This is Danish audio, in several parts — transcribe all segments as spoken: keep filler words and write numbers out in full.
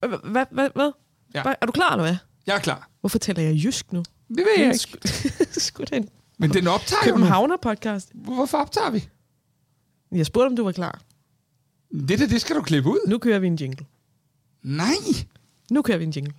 Hvad? Hvad? Hvad? Ja. Er du klar, eller hvad? Jeg er klar. Hvorfor taler jeg jysk nu? Det ved jeg ikke. Sgu da en Men den optager jo nu. Københavner-podcast. Hvorfor optager vi? Jeg spurgte, om du var klar. Det der, det skal du klippe ud. Nu kører vi en jingle. Nej. Nu kører vi en jingle.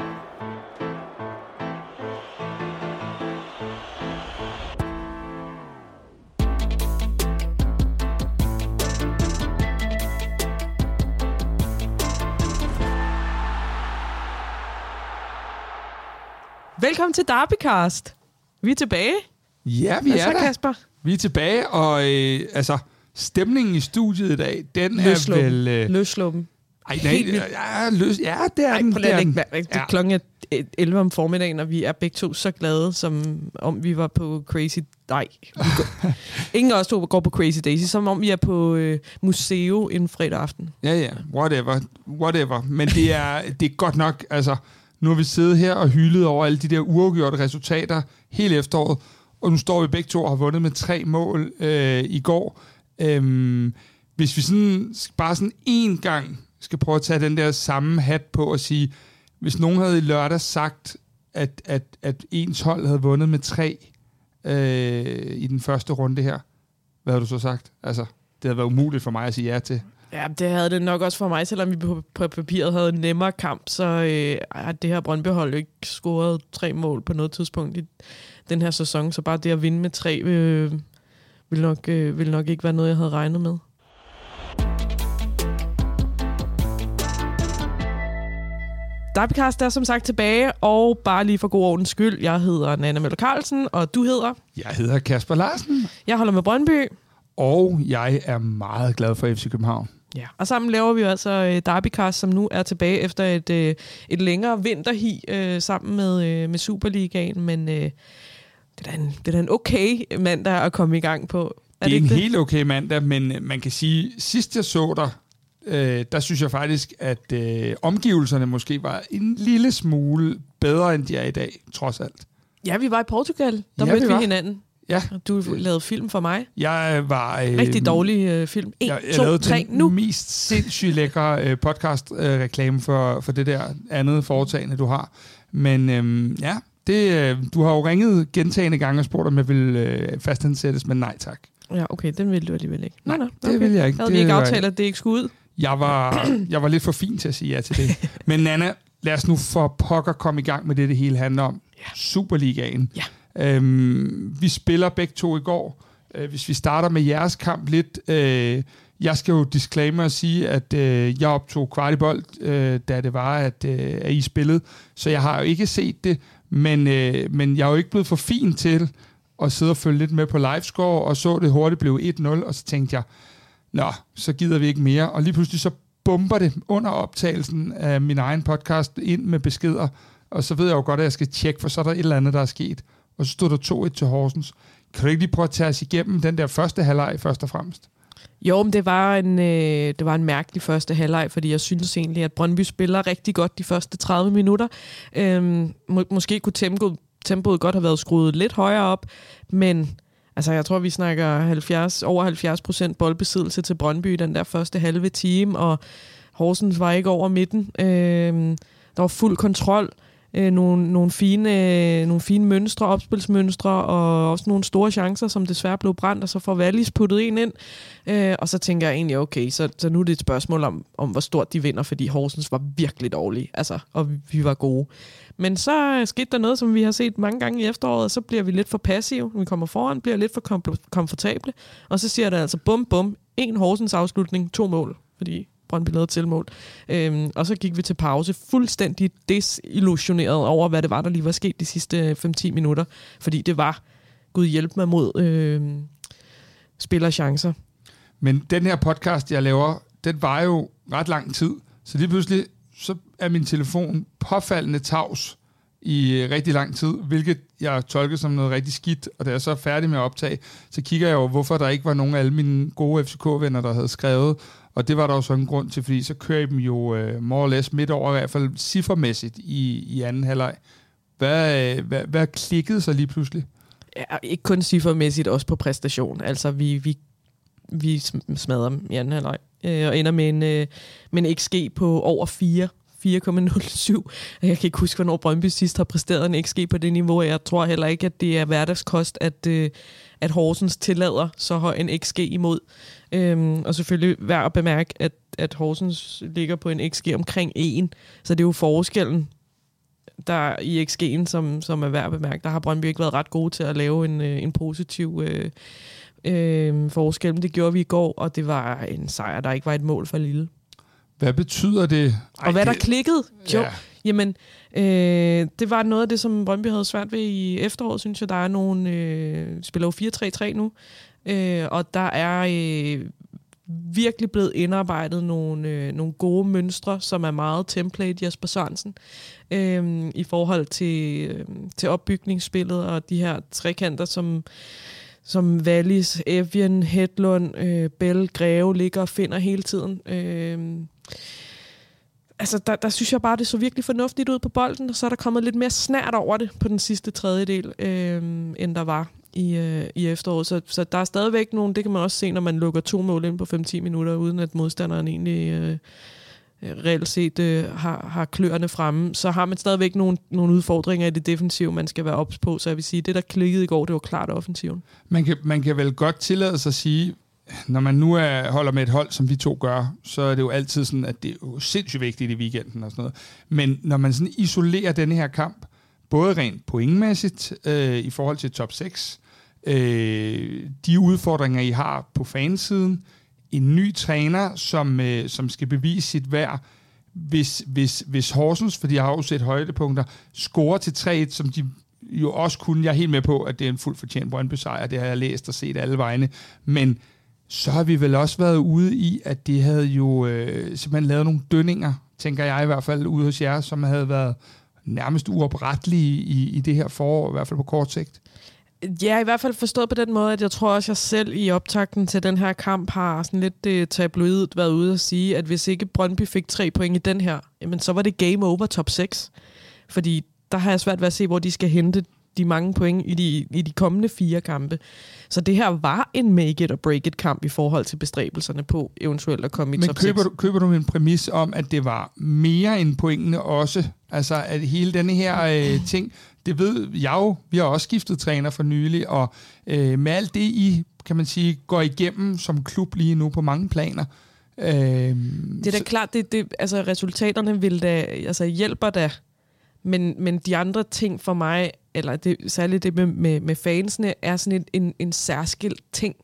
Velkommen til Derbycast. Vi er tilbage. Ja, vi Hvad er så, der. Kasper? Vi er tilbage, og øh, altså, stemningen i studiet i dag, den Løslå er vel... Øh, Løslå dem. Ej, nej, Helt vildt. ja, løs, ja, det er Ej, den. prøv Det er lige den. at lægge- det er Ja. klokken elleve om formiddagen, og vi er begge to så glade, som om vi var på Crazy... Nej. vi går- Ingen af os to går på Crazy Daisy, som om vi er på øh, museum en fredag aften. Ja, ja, whatever, whatever. Men det er, det er godt nok, altså, nu har vi siddet her og hyldet over alle de der uafgjorte resultater hele efteråret, og nu står vi begge to og har vundet med tre mål øh, i går. Øhm, hvis vi sådan, bare sådan en gang skal prøve at tage den der samme hat på og sige, hvis nogen havde i lørdag sagt, at, at, at ens hold havde vundet med tre øh, i den første runde her, hvad havde du så sagt? Altså, det havde været umuligt for mig at sige ja til. Ja, det havde det nok også for mig, selvom vi på, på papiret havde en nemmere kamp, så øh, har det her Brøndby-hold jo ikke scoret tre mål på noget tidspunkt i den her sæson, så bare det at vinde med tre øh, vil, nok, øh, vil nok ikke være noget, jeg havde regnet med. Derbycast er som sagt tilbage, og bare lige for god ordens skyld, jeg hedder Nanna Møller Carlsen, og du hedder? Jeg hedder Kasper Larsen. Jeg holder med Brøndby. Og jeg er meget glad for F C København. Ja, og sammen laver vi jo altså øh, Derbycast, som nu er tilbage efter et, øh, et længere vinterhi øh, sammen med, øh, med Superligaen, men øh, det, er da en, det er da en okay mandag at komme i gang på. Er Det er det en ikke helt okay mandag, men man kan sige, sidst jeg så dig, øh, der synes jeg faktisk, at øh, omgivelserne måske var en lille smule bedre, end de er i dag, trods alt. Ja, vi var i Portugal, der Ja, mødte vi vi var. hinanden. Ja. Du lavede film for mig. Jeg var... Øh, Rigtig dårlig øh, film. En, Jeg, jeg to, lavede tre, den nu. mest sindssygt lækre øh, podcast-reklame øh, for, for det der andet foretagende, du har. Men øh, ja, det, øh, du har jo ringet gentagende gange og spurgt, om jeg vil øh, fastansættes, men nej tak. Ja, okay, den ville du alligevel ikke. Nå, Nej, nå, det vil jeg ikke. Havde Det vi ikke var- aftalt, at det ikke skulle ud? Jeg var, jeg var lidt for fin til at sige ja til det. Men Nanna, lad os nu for pokker komme i gang med det, det hele handler om. Ja. Superligaen. Ja. Øhm, vi spiller begge to i går. Øh, hvis vi starter med jeres kamp lidt. Øh, jeg skal jo disclaimer og sige, at øh, jeg optog kvartibold, øh, da det var, at, øh, at I spillede. Så jeg har jo ikke set det, men, øh, men jeg er jo ikke blevet for fin til at sidde og følge lidt med på livescore, og så det hurtigt blev et nul, og så tænkte jeg, nå, så gider vi ikke mere. Og lige pludselig så bomber det under optagelsen af min egen podcast ind med beskeder, og så ved jeg jo godt, at jeg skal tjekke, for så er der et eller andet, der er sket. Og så stod der to et til Horsens. Kan du ikke lige prøve at tage os igennem den der første halvleg først og fremmest? Jo, men det var en, øh, det var en mærkelig første halvleg, fordi jeg synes egentlig, at Brøndby spiller rigtig godt de første tredive minutter. Øhm, må, måske kunne tempoet, tempoet godt have været skruet lidt højere op, men altså, jeg tror, vi snakker halvfjerds, over halvfjerds procent boldbesiddelse til Brøndby i den der første halve time, og Horsens var ikke over midten. Øhm, der var fuld kontrol. Øh, nogle, nogle, fine, øh, nogle fine mønstre, opspilsmønstre, og også nogle store chancer, som desværre blev brændt, og så får Wallis puttet en ind. Øh, og så tænker jeg egentlig, okay, så, så nu er det et spørgsmål om, om, hvor stort de vinder, fordi Horsens var virkelig dårlige, altså, og vi, vi var gode. Men så øh, skete der noget, som vi har set mange gange i efteråret, og så bliver vi lidt for passive. Vi kommer foran, bliver lidt for kom- komfortable, og så siger der altså bum, bum, en Horsens afslutning, to mål, fordi Brøndby lavede tilmål. Øhm, og så gik vi til pause fuldstændig desillusioneret over, hvad det var, der lige var sket de sidste fem til ti minutter. Fordi det var, Gud hjælp mig mod øh, spillerchancer. Men den her podcast, jeg laver, den var jo ret lang tid. Så lige pludselig, så er min telefon påfaldende tavs i rigtig lang tid, hvilket jeg tolker som noget rigtig skidt, og da jeg så er færdig med at optage, så kigger jeg jo, hvorfor der ikke var nogen af alle mine gode F C K-venner, der havde skrevet, og det var der jo så en grund til, fordi så kører I dem jo uh, more or less midt over, i hvert fald ciffermæssigt i, i anden halvleg. Hvad, hvad, hvad klikkede så lige pludselig? Ja, ikke kun ciffermæssigt, også på præstation. Altså, vi, vi, vi smadrer dem i anden halvleg, øh, og ender med en, øh, med en X G på over fire. fire komma nul syv. Jeg kan ikke huske, hvornår Brøndby sidst har præsteret en X G på det niveau. Jeg tror heller ikke, at det er hverdagskost, at, øh, at Horsens tillader så høj en X G imod. Øhm, og selvfølgelig værd at bemærke, at, at Horsens ligger på en X G omkring en. Så det er jo forskellen der i X G'en, som, som er værd at bemærke. Der har Brøndby ikke været ret gode til at lave en, en positiv øh, øh, forskel. Men det gjorde vi i går, og det var en sejr, der ikke var et mål for lille. Hvad betyder det? Ej, og hvad det... der klikkede? Jo, ja. Jamen, øh, det var noget af det, som Brøndby havde svært ved i efteråret, synes jeg. Der er nogle, øh, spiller jo fire tre tre nu, øh, og der er øh, virkelig blevet indarbejdet nogle, øh, nogle gode mønstre, som er meget template Jesper Sørensen, øh, i forhold til, øh, til opbygningsspillet og de her trekanter, som som Wallis, Evian, Hedlund, øh, Bell, Greve ligger og finder hele tiden. Øh, altså, der, der synes jeg bare, det så virkelig fornuftigt ud på bolden, og så er der kommet lidt mere snært over det på den sidste tredjedel, øh, end der var i, øh, i efteråret. Så, så der er stadigvæk nogle, det kan man også se, når man lukker to mål ind på fem til ti minutter, uden at modstanderen egentlig øh, reelt set øh, har, har kløerne fremme, så har man stadigvæk nogle, nogle udfordringer i det defensive, man skal være ops på. Så jeg vil sige, det der klikkede i går, det var klart offensiven. Man kan, man kan vel godt tillade sig at sige, når man nu er, holder med et hold, som vi to gør, så er det jo altid sådan, at det er jo sindssygt vigtigt i weekenden og sådan noget. Men når man sådan isolerer denne her kamp, både rent pointmæssigt øh, i forhold til top seks, øh, de udfordringer, I har på fansiden, en ny træner, som, øh, som skal bevise sit værd, hvis, hvis, hvis Horsens, for de har jo set højdepunkter, scorer til tre et, som de jo også kunne. Jeg er helt med på, at det er en fuldt fortjent Brøndby-sejr, det har jeg læst og set alle vegne, men så har vi vel også været ude i, at de havde jo øh, simpelthen lavet nogle dønninger, tænker jeg i hvert fald, ude hos jer, som havde været nærmest uoprettelige i, i det her forår, i hvert fald på kort sigt. Ja, i hvert fald forstået på den måde, at jeg tror også, at jeg selv i optakten til den her kamp har sådan lidt uh, tabloidt været ude og sige, at hvis ikke Brøndby fik tre point i den her, jamen så var det game over top seks. Fordi der har jeg svært ved at se, hvor de skal hente de mange point i de, i de kommende fire kampe. Så det her var en make it or break it kamp i forhold til bestræbelserne på eventuelt at komme i Men top køber seks. Men køber du min præmis om, at det var mere end pointene også? Altså at hele denne her øh, ting, det ved jeg jo, vi har også skiftet træner for nylig, og øh, med alt det, I, kan man sige, går igennem som klub lige nu på mange planer. Øh, det er da så... klart, det, det, altså resultaterne vil da, altså hjælper da, men, men de andre ting for mig, eller det, særligt det med, med, med fansene, er sådan en, en, en særskilt ting,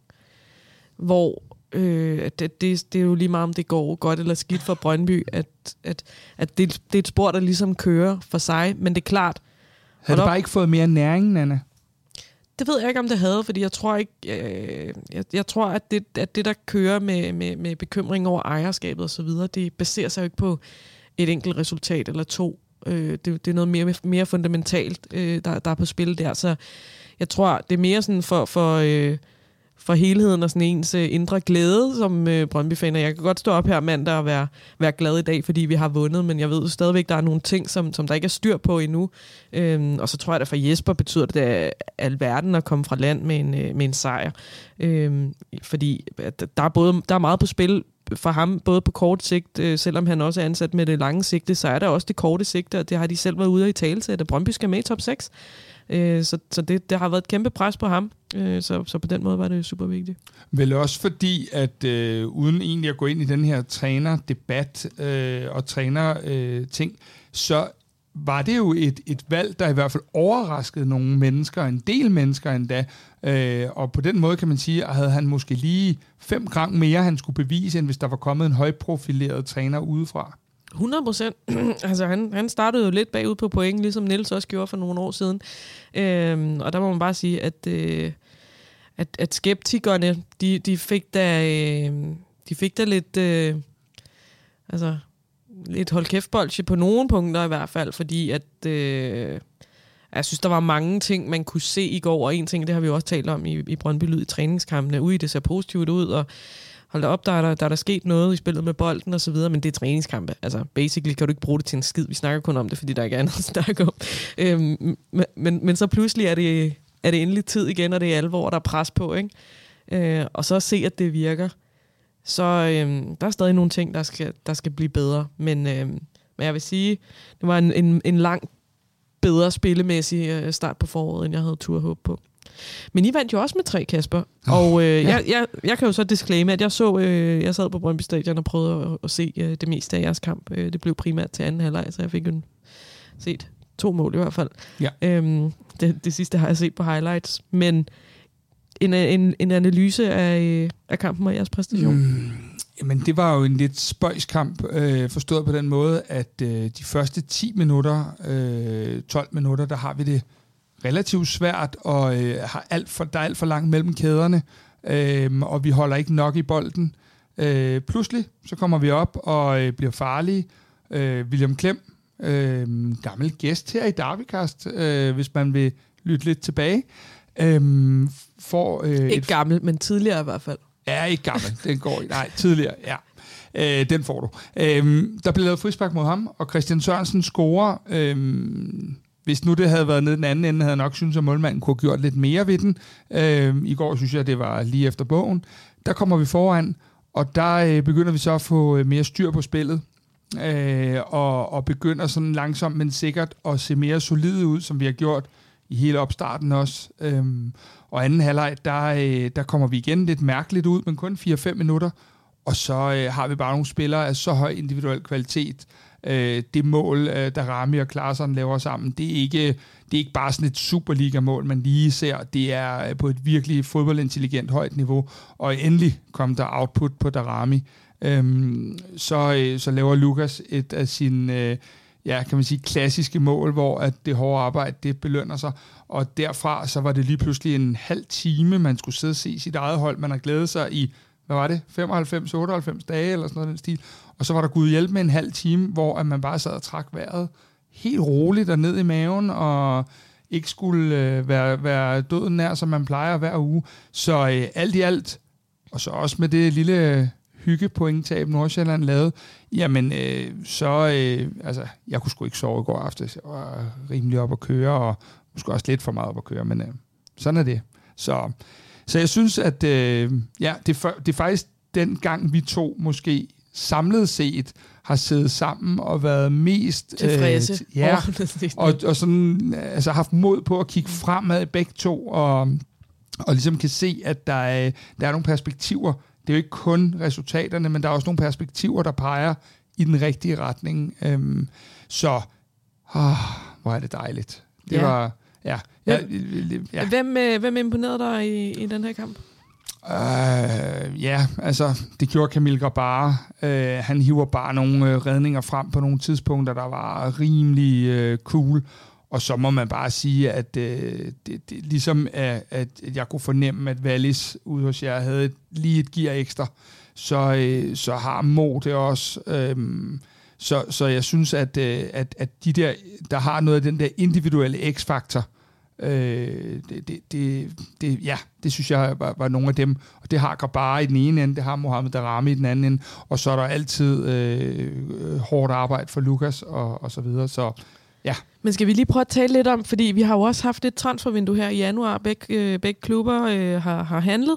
hvor øh, det, det, det er jo lige meget, om det går godt eller skidt for Brøndby, at, at, at det, det er et spor, der ligesom kører for sig, men det er klart. Har du bare ikke fået mere næring, Nanna? Det ved jeg ikke, om det havde, fordi jeg tror ikke, øh, jeg, jeg tror, at det, at det der kører med, med, med bekymring over ejerskabet og så videre, det baserer sig jo ikke på et enkelt resultat eller to. Øh, det, det er noget mere, mere fundamentalt, øh, der, der er på spil der. Så jeg tror, det er mere sådan for, for, øh, for helheden og sådan ens øh, indre glæde som øh, Brøndby-fan. Jeg kan godt stå op her mandag og være, være glad i dag, fordi vi har vundet, men jeg ved stadigvæk, der er nogle ting, som, som der ikke er styr på endnu. Øhm, og så tror jeg, at for Jesper betyder det at alverden at komme fra land med en, øh, med en sejr. Øhm, fordi der er, både, der er meget på spil for ham, både på kort sigt, øh, selvom han også er ansat med det lange sigte, så er der også det korte sigte, og det har de selv været ude i tale til, at Brøndby skal med i top seks. Øh, så så det, det har været et kæmpe pres på ham, øh, så, så på den måde var det super vigtigt. Vel også fordi, at øh, uden egentlig at gå ind i den her trænerdebat øh, og træner-ting, øh, så var det jo et, et valg, der i hvert fald overraskede nogle mennesker, en del mennesker endda, øh, og på den måde kan man sige, at havde han måske lige fem gange mere, han skulle bevise, end hvis der var kommet en højprofileret træner udefra. hundrede procent. Altså han, han startede jo lidt bagud på point, ligesom Niels også gjorde for nogle år siden. Øhm, og der må man bare sige, at, øh, at, at skeptikerne, de, de fik da, øh, de fik da lidt, øh, altså lidt hold kæft bolsje på nogle punkter i hvert fald, fordi at øh, jeg synes, der var mange ting, man kunne se i går, og en ting, det har vi jo også talt om i, i Brøndby Lyd i træningskampene, ude i det ser positivt ud, og hold da op, der er der, der er der sket noget i spillet med bolden og så videre, men det er træningskampe. Altså, basically kan du ikke bruge det til en skid. Vi snakker kun om det, fordi der ikke er andet at snakke om. Øhm, men, men, men så pludselig er det, er det endelig tid igen, og det er alvor, der er pres på, ikke? Øh, og så at se, at det virker. Så øhm, der er stadig nogle ting, der skal, der skal blive bedre. Men, øhm, Men jeg vil sige, det var en, en, en lang bedre spillemæssig start på foråret, end jeg havde tur håb på. Men I vandt jo også med tre, Kasper. Oh, og øh, ja. jeg, jeg, jeg kan jo så disclaime, at jeg så, øh, jeg sad på Brøndby Stadion og prøvede at, at se øh, det meste af jeres kamp. Øh, det blev primært til anden halvleg, så jeg fik jo set to mål i hvert fald. Ja. Øhm, det, det sidste har jeg set på highlights. Men en, en, en analyse af, af kampen og jeres præstation. Mm. Jamen, det var jo en lidt spøjskamp, øh, forstået på den måde, at øh, de første ti minutter, øh, tolv minutter, der har vi det relativt svært, og øh, har alt for, der er alt for langt mellem kæderne, øh, og vi holder ikke nok i bolden. Øh, pludselig, så kommer vi op og øh, bliver farlige. Øh, William Klem, øh, gammel gæst her i Derbycast, øh, hvis man vil lytte lidt tilbage, øh, får... Øh, ikke et, gammel, men tidligere i hvert fald. Ja, ikke gammel. Den går nej, tidligere, ja. Øh, den får du. Øh, der blev lavet frispark mod ham, og Christian Sørensen scorer. Øh, hvis nu det havde været nede den anden ende, havde jeg nok synes at målmanden kunne have gjort lidt mere ved den. Øh, I går synes jeg, det var lige efter bogen. Der kommer vi foran, og der øh, begynder vi så at få mere styr på spillet. Øh, og, og begynder sådan langsomt, men sikkert at se mere solide ud, som vi har gjort i hele opstarten også. Øhm, og anden halvleg, der, øh, der kommer vi igen lidt mærkeligt ud, men kun fire fem minutter. Og så øh, har vi bare nogle spillere af så høj individuel kvalitet. Øh, det mål, øh, der Rami og Klaarsson laver sammen, det er, ikke, det er ikke bare sådan et Superliga-mål, man lige ser. Det er på et virkelig fodboldintelligent højt niveau. Og endelig kom der output på Darami. Øhm, så, øh, så laver Lukas et af sine... Øh, ja, kan man sige, klassiske mål, hvor at det hårde arbejde, det belønner sig. Og derfra, så var det lige pludselig en halv time, man skulle sidde og se sit eget hold. Man har glædet sig i, hvad var det, femoghalvfems otteoghalvfems dage, eller sådan noget den stil. Og så var der Gud hjælp med en halv time, hvor at man bare sad og trak vejret helt roligt og ned i maven, og ikke skulle øh, være, være døden nær, som man plejer hver uge. Så øh, alt i alt, og så også med det lille... hyggepointtab Nordsjælland lavede, jamen øh, så, øh, altså, jeg kunne sgu ikke sove i går aftes. Jeg var rimelig op at køre, og måske også lidt for meget op at køre, men øh, sådan er det. Så, så jeg synes, at øh, ja, det, for, det er faktisk den gang, vi to måske samlet set har siddet sammen og været mest... tilfredse. Øh, ja, og, og sådan, altså haft mod på at kigge fremad begge to, og, og ligesom kan se, at der er, der er nogle perspektiver. Det er jo ikke kun resultaterne, men der er også nogle perspektiver, der peger i den rigtige retning. Øhm, så, åh, hvor er det dejligt. Det ja. var, ja. ja, ja. Hvem, øh, hvem imponerede dig i, i den her kamp? Øh, ja, altså, det gjorde Kamil Grabara. Øh, han hiver bare nogle øh, redninger frem på nogle tidspunkter, der var rimelig øh, cool. Og så må man bare sige, at øh, det, det, ligesom at, at jeg kunne fornemme, at Wallis ude hos jer havde et, lige et gear ekstra, så, øh, så har Mo det også. Øh, så, så jeg synes, at, øh, at, at de der, der har noget af den der individuelle x-faktor, øh, det, det, det, det, ja, det synes jeg var, var nogle af dem. Og det har Grabara i den ene ende, det har Mohamed Darami i den anden ende, og så er der altid øh, hårdt arbejde for Lukas og, og så videre. Så ja. Men skal vi lige prøve at tale lidt om, fordi vi har jo også haft et transfervindue her i januar, begge, øh, begge klubber øh, har, har handlet.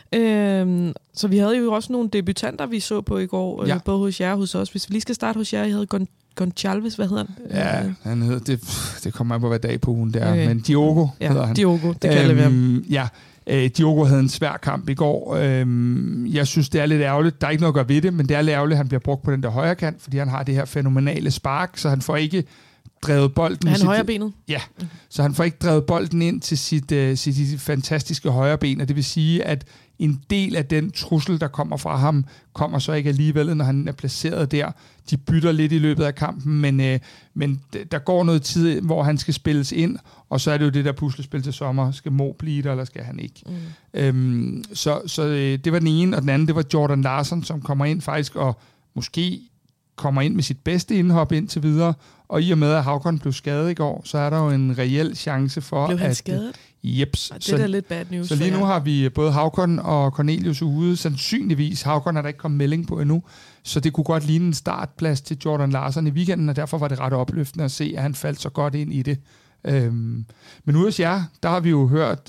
Øh, så vi havde jo også nogle debutanter, vi så på i går, ja. øh, både hos jer og hos os. Hvis vi lige skal starte hos jer, jeg havde Gon- Gonçalves, hvad hedder han? Ja, han hedder, det, det kommer an på, hvad dag på ugen det er, okay. Men Diogo ja, hedder han. Diogo, det kalder vi ham. Ja, øh, Diogo havde en svær kamp i går. Øh, jeg synes, det er lidt ærgerligt. Der er ikke noget at gøre ved det, men det er lidt ærgerligt, at han bliver brugt på den der højre kant, fordi han har det her fænomenale spark, så han får ikke drevet bolden... Han højre benet? Ja, så han får ikke drevet bolden ind til sit, uh, sit, sit fantastiske højre ben, og det vil sige, at en del af den trussel, der kommer fra ham, kommer så ikke alligevel, når han er placeret der. De bytter lidt i løbet af kampen, men, uh, men der går noget tid, hvor han skal spilles ind, og så er det jo det der puslespil til sommer. Skal Mo blive der, eller skal han ikke? Mm. Um, så så uh, det var den ene, og den anden, det var Jordan Larsson, som kommer ind faktisk, og måske kommer ind med sit bedste indhop indtil videre, og i og med, at Haugen blev skadet i går, så er der jo en reel chance for, blev at... Blev han skadet? Jeps. Det er da lidt bad news. Så lige nu har vi både Haugen og Cornelius ude, sandsynligvis. Haugen er der ikke kommet melding på endnu, så det kunne godt ligne en startplads til Jordan Larsson i weekenden, og derfor var det ret opløftende at se, at han faldt så godt ind i det. Øhm, men ude hos jer, der har vi jo hørt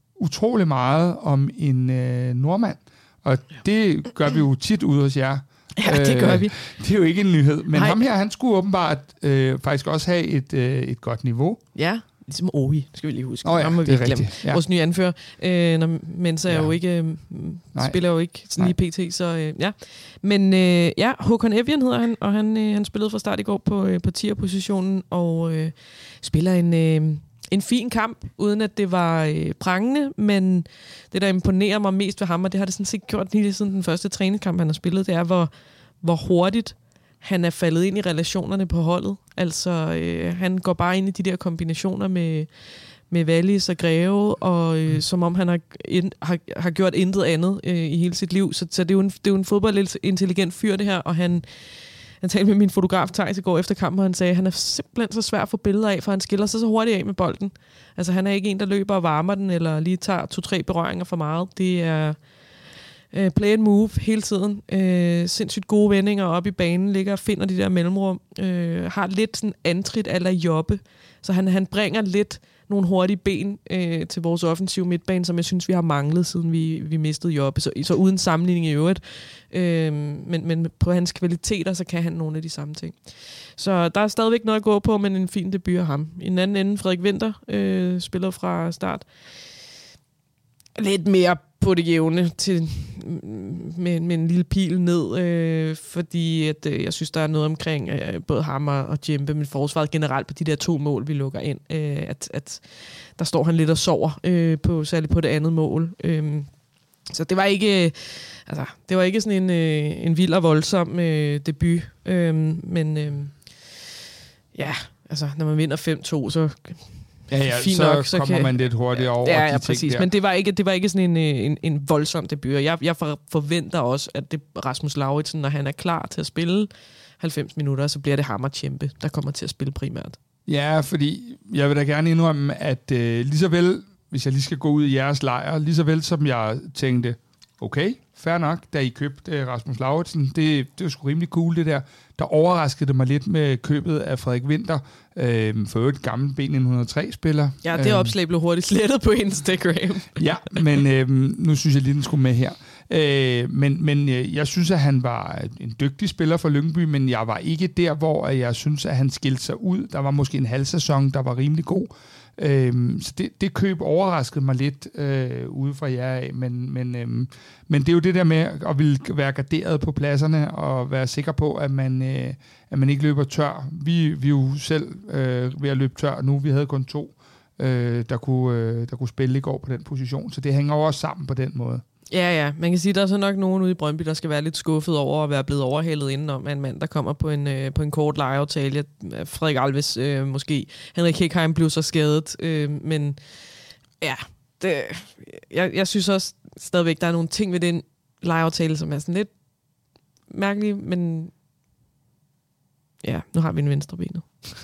utrolig meget om en øh, nordmand, og det gør vi jo tit ude hos jer. Ja, det gør vi. Øh, det er jo ikke en nyhed. Men Nej. ham her, han skulle åbenbart øh, faktisk også have et, øh, et godt niveau. Ja, ligesom Ohi, skal vi lige huske. Oh ja, må det er vi glemme. rigtigt. Ja. Vores nye anfører. Øh, når Mensa Ja. jo ikke, øh, spiller jo ikke sådan lige pt, så øh, ja. Men øh, ja, Håkon Evjen hedder han, og han, øh, han spillede fra start i går på, øh, på tier-positionen, og øh, spiller en... Øh, En fin kamp, uden at det var øh, prangende, men det, der imponerer mig mest ved ham, og det har det sådan set gjort lige siden den første træningskamp, han har spillet, det er, hvor, hvor hurtigt han er faldet ind i relationerne på holdet. Altså, øh, han går bare ind i de der kombinationer med, med Wallis og Greve, og øh, som om han har, ind, har, har gjort intet andet øh, i hele sit liv. Så, så det er jo en, det er jo en fodboldintelligent fyr, det her, og han... Han talte med min fotograf Thijs i går efter kampen, og han sagde, at han er simpelthen så svær at få billeder af, for han skiller sig så hurtigt af med bolden. Altså han er ikke en, der løber og varmer den, eller lige tager to-tre berøringer for meget. Det er uh, play and move hele tiden. Uh, sindssygt gode vendinger op i banen, ligger og finder de der mellemrum. Uh, har lidt sådan antrit eller jobbe, så han, han bringer lidt nogle hurtige ben øh, til vores offensive midtbane, som jeg synes, vi har manglet, siden vi, vi mistede Jobbe. Så, så uden sammenligning i øvrigt. Øh, men, men på hans kvaliteter, så kan han nogle af de samme ting. Så der er stadigvæk noget at gå på, men en fin debut af ham. I den anden ende, Frederik Winther, øh, spiller fra start. Lidt mere på det jævne til, med, med en lille pil ned, øh, fordi at, øh, jeg synes, der er noget omkring øh, både ham og Djempe, men forsvaret generelt på de der to mål, vi lukker ind. Øh, at, at der står han lidt og sover, øh, på, særligt på det andet mål. Øh, så det var ikke, øh, altså, det var ikke sådan en, øh, en vild og voldsom øh, debut, øh, men øh, ja, altså, når man vinder fem to, så... Ja, ja, fint så nok, så kommer kan, man lidt hurtigere over ja, de ja, ting præcis. der. Men det var ikke, det var ikke sådan en, en, en voldsom debut. Jeg, jeg forventer også, at det Rasmus Lauritsen, når han er klar til at spille halvfems minutter, så bliver det ham og Tjempe, der kommer til at spille primært. Ja, fordi jeg vil da gerne indrømme, at øh, lige så vel, hvis jeg lige skal gå ud i jeres lejr, lige så vel som jeg tænkte, okay, fair nok, da I købte øh, Rasmus Lauritsen, det, det var sgu rimelig cool det der. Der overraskede det mig lidt med købet af Frederik Winther, øh, for et gammelt B nitten hundrede og tre-spiller. Ja, det øh, opslag blev hurtigt slettet på Instagram. Ja, men øh, nu synes jeg lige, den skulle med her. Øh, men men øh, jeg synes, at han var en dygtig spiller for Lyngby, men jeg var ikke der, hvor jeg synes, at han skilte sig ud. Der var måske en halv sæson, der var rimelig god. Øhm, så det, det køb overraskede mig lidt øh, ude fra jer af, men, men, øhm, men det er jo det der med at ville være garderet på pladserne og være sikker på, at man, øh, at man ikke løber tør. Vi, vi er jo selv øh, ved at løbe tør nu. Vi havde kun to, øh, der, kunne, øh, der kunne spille i går på den position, så det hænger også sammen på den måde. Ja, ja. Man kan sige, at der er så nok nogen ude i Brøndby, der skal være lidt skuffet over at være blevet overhældet indenom af en mand, der kommer på en, øh, på en kort lejeaftale. Frederik Alves øh, måske. Henrik Hekheim blev så skadet. Øh, men ja, det, jeg, jeg synes også stadigvæk, der er nogle ting ved den lejeaftale, som er sådan lidt mærkelige, men ja, nu har vi en venstrebenet.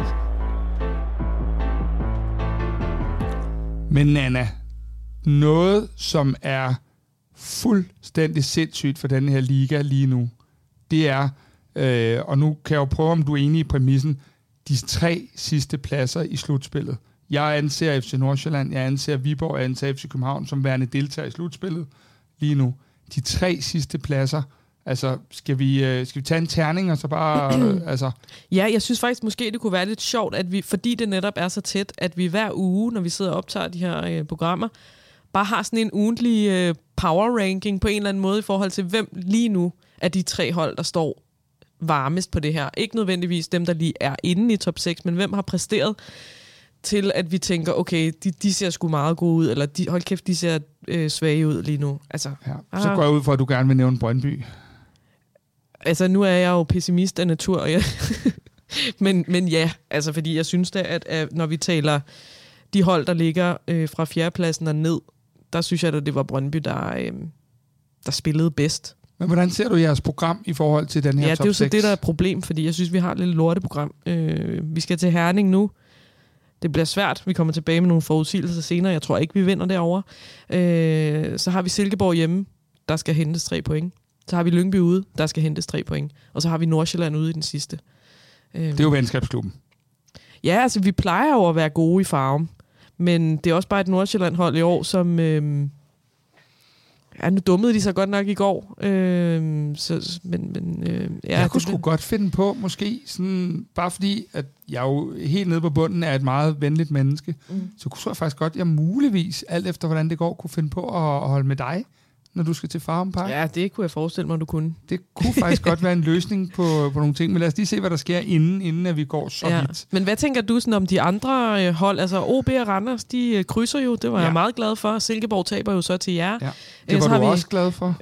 Men Nana, noget som er fuldstændig sindssygt for den her liga lige nu, det er, øh, og nu kan jeg jo prøve, om du er enig i præmissen, de tre sidste pladser i slutspillet. Jeg anser F C Nordsjælland, jeg anser Viborg, jeg anser F C København som værende deltager i slutspillet lige nu. De tre sidste pladser, altså skal vi, øh, skal vi tage en terning og så bare... øh, altså Ja, jeg synes faktisk måske, det kunne være lidt sjovt, at vi, fordi det netop er så tæt, at vi hver uge, når vi sidder og optager de her øh, programmer, bare har sådan en ugentlig øh, power ranking på en eller anden måde i forhold til, hvem lige nu er de tre hold, der står varmest på det her. Ikke nødvendigvis dem, der lige er inde i top seks, men hvem har præsteret til, at vi tænker, okay, de, de ser sgu meget gode ud, eller de, hold kæft, de ser øh, svage ud lige nu. Altså, ja, så går jeg ud fra, at du gerne vil nævne Brøndby. Altså, nu er jeg jo pessimist af natur, ja. men, men ja, altså, fordi jeg synes da, at, at når vi taler de hold, der ligger øh, fra fjerdepladsen og ned, der synes jeg, at det var Brøndby, der, øh, der spillede bedst. Men hvordan ser du jeres program i forhold til den her ja, top det er jo seks? så det, der er et problem, fordi jeg synes, vi har et lille lorteprogram. Øh, vi skal til Herning nu. Det bliver svært. Vi kommer tilbage med nogle forudsigelser senere. Jeg tror ikke, vi vinder derovre. Øh, så har vi Silkeborg hjemme. Der skal hentes tre point. Så har vi Lyngby ude. Der skal hentes tre point. Og så har vi Nordsjælland ude i den sidste. Øh, det er jo venskabsklubben. Ja, altså vi plejer jo at være gode i farven. Men det er også bare et Nordsjælland-hold i år, som... Øh, Ja, nu dummede de sig godt nok i går. Øh, så, men, men, øh, ja, jeg kunne det, sgu godt finde på, måske, sådan, bare fordi, at jeg jo helt nede på bunden er et meget venligt menneske, mm. så kunne jeg faktisk godt, jeg muligvis, alt efter hvordan det går, kunne finde på at, at holde med dig, når du skal til Farum Park. Ja, det kunne jeg forestille mig, du kunne. Det kunne faktisk godt være en løsning på, på nogle ting, men lad os lige se, hvad der sker inden, inden at vi går så ja. vidt. Men hvad tænker du sådan om de andre hold? Altså O B og Randers, de øh, krydser jo, det var ja. jeg meget glad for. Silkeborg taber jo så til jer. Ja. Det var så du vi... også glad for.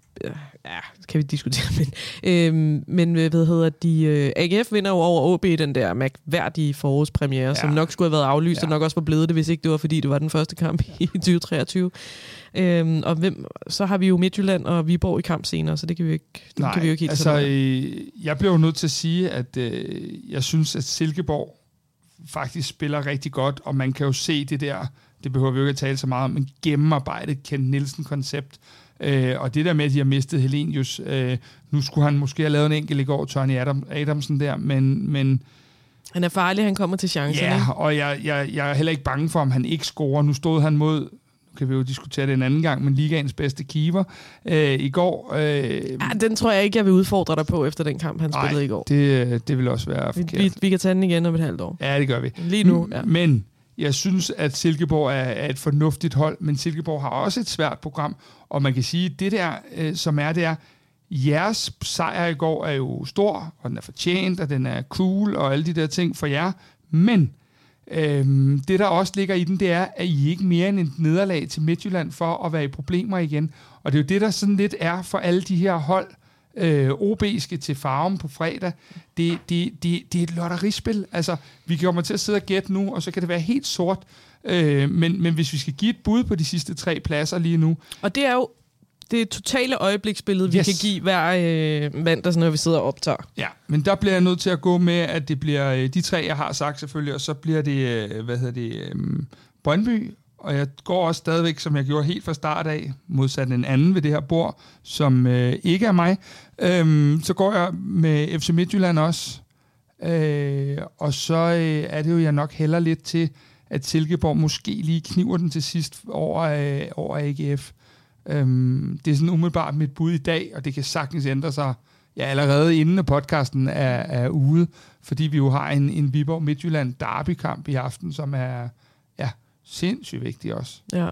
Ja, kan vi diskutere. Men, øhm, men hvad hedder de? Øh, A G F vinder jo over O B i den der mærkværdige forårspremiere, ja. som nok skulle have været aflyst, ja. og nok også var blevet det, hvis ikke det var, fordi det var den første kamp i tyve treogtyve. Øhm, og hvem, så har vi jo Midtjylland og Viborg i kamp senere, så det kan vi jo ikke, Nej, kan vi jo ikke helt altså, øh, jeg blev nødt til at sige, at øh, jeg synes, at Silkeborg faktisk spiller rigtig godt, og man kan jo se det der, det behøver vi jo ikke at tale så meget om, men gennemarbejdet Kent Nielsen-koncept. Øh, og det der med, at de har mistet Helenius, øh, nu skulle han måske have lavet en enkelt i går, Tony Adam, Adamsen der, men... men han er farlig, han kommer til chancen. Ja, ikke? Og jeg, jeg, jeg er heller ikke bange for, om han ikke scorer. Nu stod han mod, nu kan vi jo diskutere det en anden gang, men ligaens bedste keeper øh, i går. Øh, ja, den tror jeg ikke, jeg vil udfordre dig på, efter den kamp, han nej, spillede i går. det, det vil også være forkert. Vi, vi kan tage den igen om et halvt år. Ja, det gør vi. Lige nu, ja. Men jeg synes, at Silkeborg er, er et fornuftigt hold, men Silkeborg har også et svært program, og man kan sige, at det der, øh, som er det er, jeres sejr i går er jo stor, og den er fortjent, og den er cool, og alle de der ting for jer, men øhm, det, der også ligger i den, det er, at I ikke mere end et nederlag til Midtjylland for at være i problemer igen, og det er jo det, der sådan lidt er for alle de her hold, øh, O B skal til Farum på fredag, det, det, det, det er et lotterispil, altså, vi kommer til at sidde og gætte nu, og så kan det være helt sort, øh, men, men hvis vi skal give et bud på de sidste tre pladser lige nu. Og det er jo det totale øjebliksbillede, vi yes. kan give hver øh, mandag, når vi sidder og optager. Ja, men der bliver jeg nødt til at gå med, at det bliver øh, de tre, jeg har sagt selvfølgelig, og så bliver det, øh, hvad hedder det, øh, Brøndby, og jeg går også stadigvæk, som jeg gjorde helt fra start af, modsat en anden ved det her bord, som øh, ikke er mig. Øhm, så går jeg med F C Midtjylland også, øh, og så øh, er det jo, jeg nok hælder lidt til, at Silkeborg måske lige kniver den til sidst over, øh, over A G F. Øhm, det er sådan umiddelbart mit bud i dag, og det kan sagtens ændre sig ja, allerede inden podcasten er, er ude, fordi vi jo har en, en Viborg Midtjylland derbykamp i aften, som er ja, sindssygt vigtig også. Ja.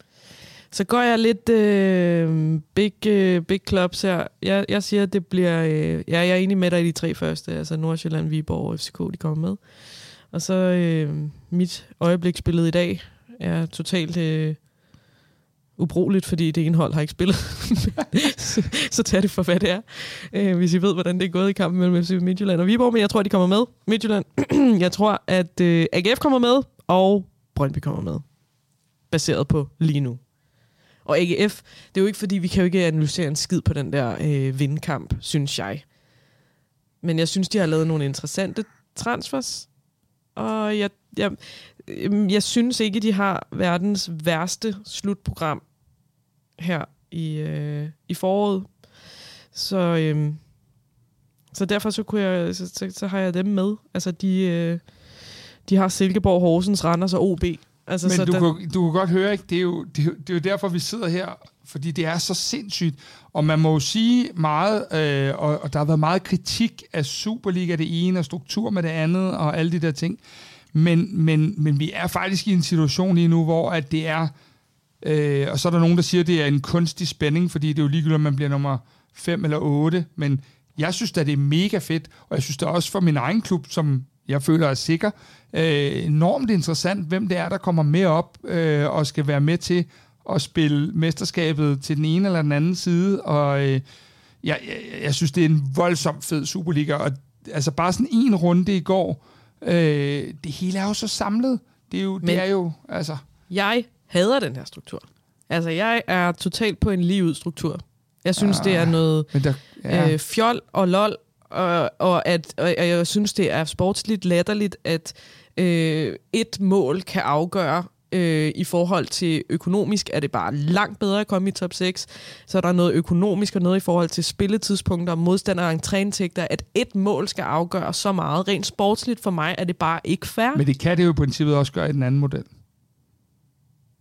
Så går jeg lidt øh, big, øh, big clubs her. Jeg, jeg siger, at det bliver... Øh, ja, jeg er enig med dig i de tre første, altså Nordsjælland, Viborg og F C K, de kommer med. Og så øh, mit øjebliksbillede i dag er totalt... Øh, ubrugeligt, fordi det ene hold har ikke spillet. så, så tag det for, hvad det er. Øh, hvis I ved, hvordan det er gået i kampen mellem F C Midtjylland og Viborg, men jeg tror, de kommer med. Midtjylland, jeg tror, at øh, A G F kommer med, og Brøndby kommer med. Baseret på lige nu. Og A G F, det er jo ikke, fordi vi kan jo ikke analysere en skid på den der øh, vindkamp, synes jeg. Men jeg synes, de har lavet nogle interessante transfers, og jeg, jeg, jeg synes ikke, de har verdens værste slutprogram her i, øh, i foråret. Så, øh, så derfor så, kunne jeg, så, så, så har jeg dem med. Altså, de, øh, de har Silkeborg, Horsens, Randers og O B. Altså, men så du, der... kan, du kan godt høre, ikke? Det er, jo, det, er jo, det er jo derfor, vi sidder her, fordi det er så sindssygt. Og man må jo sige meget, øh, og, og der har været meget kritik af Superliga det ene, og struktur med det andet, og alle de der ting. Men, men, men vi er faktisk i en situation lige nu, hvor at det er, øh, og så er der nogen, der siger, at det er en kunstig spænding, fordi det er jo ligegyldigt, om man bliver nummer fem eller otte, men jeg synes at det er mega fedt, og jeg synes det også for min egen klub, som jeg føler er sikker, øh, enormt interessant, hvem det er, der kommer med op øh, og skal være med til at spille mesterskabet til den ene eller den anden side, og øh, jeg, jeg, jeg synes, det er en voldsomt fed Superliga, og altså bare sådan en runde i går, øh, det hele er jo så samlet. Det er jo, det er jo altså... Jeg hader den her struktur. Altså, jeg er totalt på en ligeud struktur. Jeg synes, ah, det er noget der, ja. øh, fjol og lol, og, og, at, og jeg synes, det er sportsligt latterligt, at øh, et mål kan afgøre øh, i forhold til økonomisk, er det bare langt bedre at komme i top seks. Så er der noget økonomisk og noget i forhold til spilletidspunkter, modstander og entréindtægter, at et mål skal afgøre så meget. Rent sportsligt for mig er det bare ikke fair. Men det kan det jo i princippet også gøre i den anden model.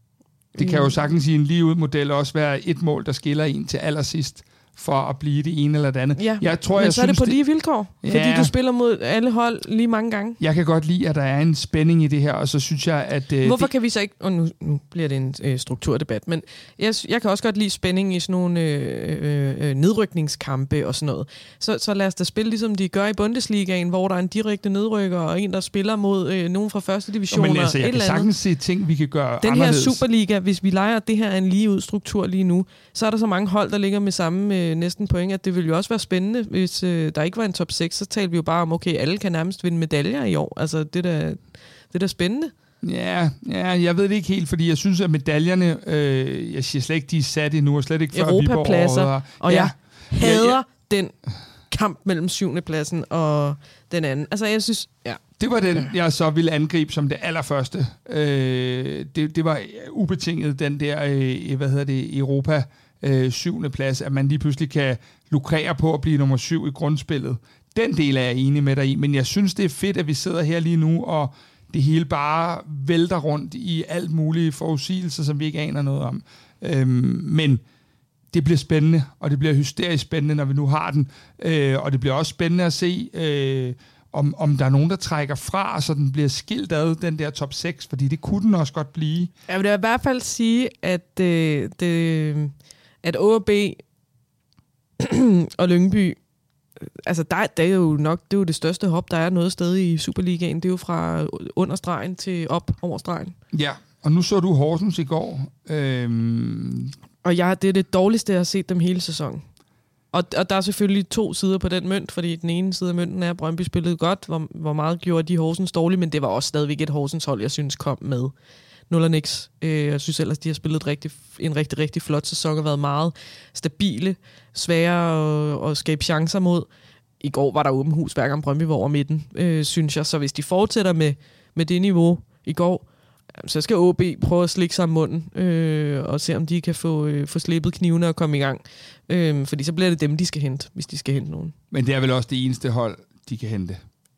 Det kan jo sagtens i en ligeud-model også være et mål, der skiller en til allersidst, for at blive det ene eller det andet. Ja, jeg tror, men jeg så er det synes, på lige vilkår, ja, fordi du spiller mod alle hold lige mange gange. Jeg kan godt lide, at der er en spænding i det her, og så synes jeg, at... Øh, Hvorfor det, kan vi så ikke... Og nu, nu bliver det en øh, strukturdebat, men jeg, jeg kan også godt lide spænding i sådan nogle øh, øh, nedrykningskampe og sådan noget. Så, så lad os da spille, ligesom de gør i Bundesligaen, hvor der er en direkte nedrykker, og en, der spiller mod øh, nogen fra første division. Men altså, jeg kan sagtens andet. se ting, vi kan gøre Den anderledes. her Superliga, hvis vi leger, at det her er en lige ud struktur lige nu, så er der så mange hold, der ligger med samme øh, næsten point, at det ville jo også være spændende, hvis øh, der ikke var en top seks, så talte vi jo bare om, okay, alle kan nærmest vinde medaljer i år. Altså, det er da, det er da spændende. Ja, ja, jeg ved det ikke helt, fordi jeg synes, at medaljerne, øh, jeg siger slet ikke, de er sat endnu, og slet ikke før Europapladser, Viborg. og ja. jeg hader ja, ja. den kamp mellem syvende pladsen og den anden. Altså, jeg synes, ja. Det var den, jeg så ville angribe som det allerførste. Øh, det, det var ubetinget den der, øh, hvad hedder det, Europa øh, syvende plads, at man lige pludselig kan lukrere på at blive nummer syv i grundspillet. Den del er jeg enig med dig i, men jeg synes, det er fedt, at vi sidder her lige nu, og det hele bare vælter rundt i alt mulige forudsigelser, som vi ikke aner noget om. Øhm, men det bliver spændende, og det bliver hysterisk spændende, når vi nu har den. Øh, og det bliver også spændende at se, øh, om, om der er nogen, der trækker fra, så den bliver skilt ad, den der top seks, fordi det kunne den også godt blive. Jeg vil i hvert fald sige, at, øh, det, at O B og Lyngby, altså der, der er jo nok det, er jo det største hop, der er noget sted i Superligaen. Det er jo fra under stregen til op over stregen. Ja, og nu så du Horsens i går. Øhm... Og jeg, det er det dårligste, jeg har set dem hele sæsonen. Og, og der er selvfølgelig to sider på den mønt, fordi den ene side af mønten er, at Brøndby spillede godt, hvor, hvor meget gjorde de Horsens dårligt, men det var også stadigvæk et Horsens hold, jeg synes kom med nul og niks. Jeg synes ellers, de har spillet rigtig, en rigtig, rigtig flot sæson og været meget stabile, svære at, at skabe chancer mod. I går var der åben hus, hver gang Brøndby var over midten, øh, synes jeg. Så hvis de fortsætter med, med det niveau i går, så skal O B prøve at slikke sig om munden øh, og se, om de kan få, øh, få slippet knivene og komme i gang. Øh, fordi så bliver det dem, de skal hente, hvis de skal hente nogen. Men det er vel også det eneste hold, de kan hente?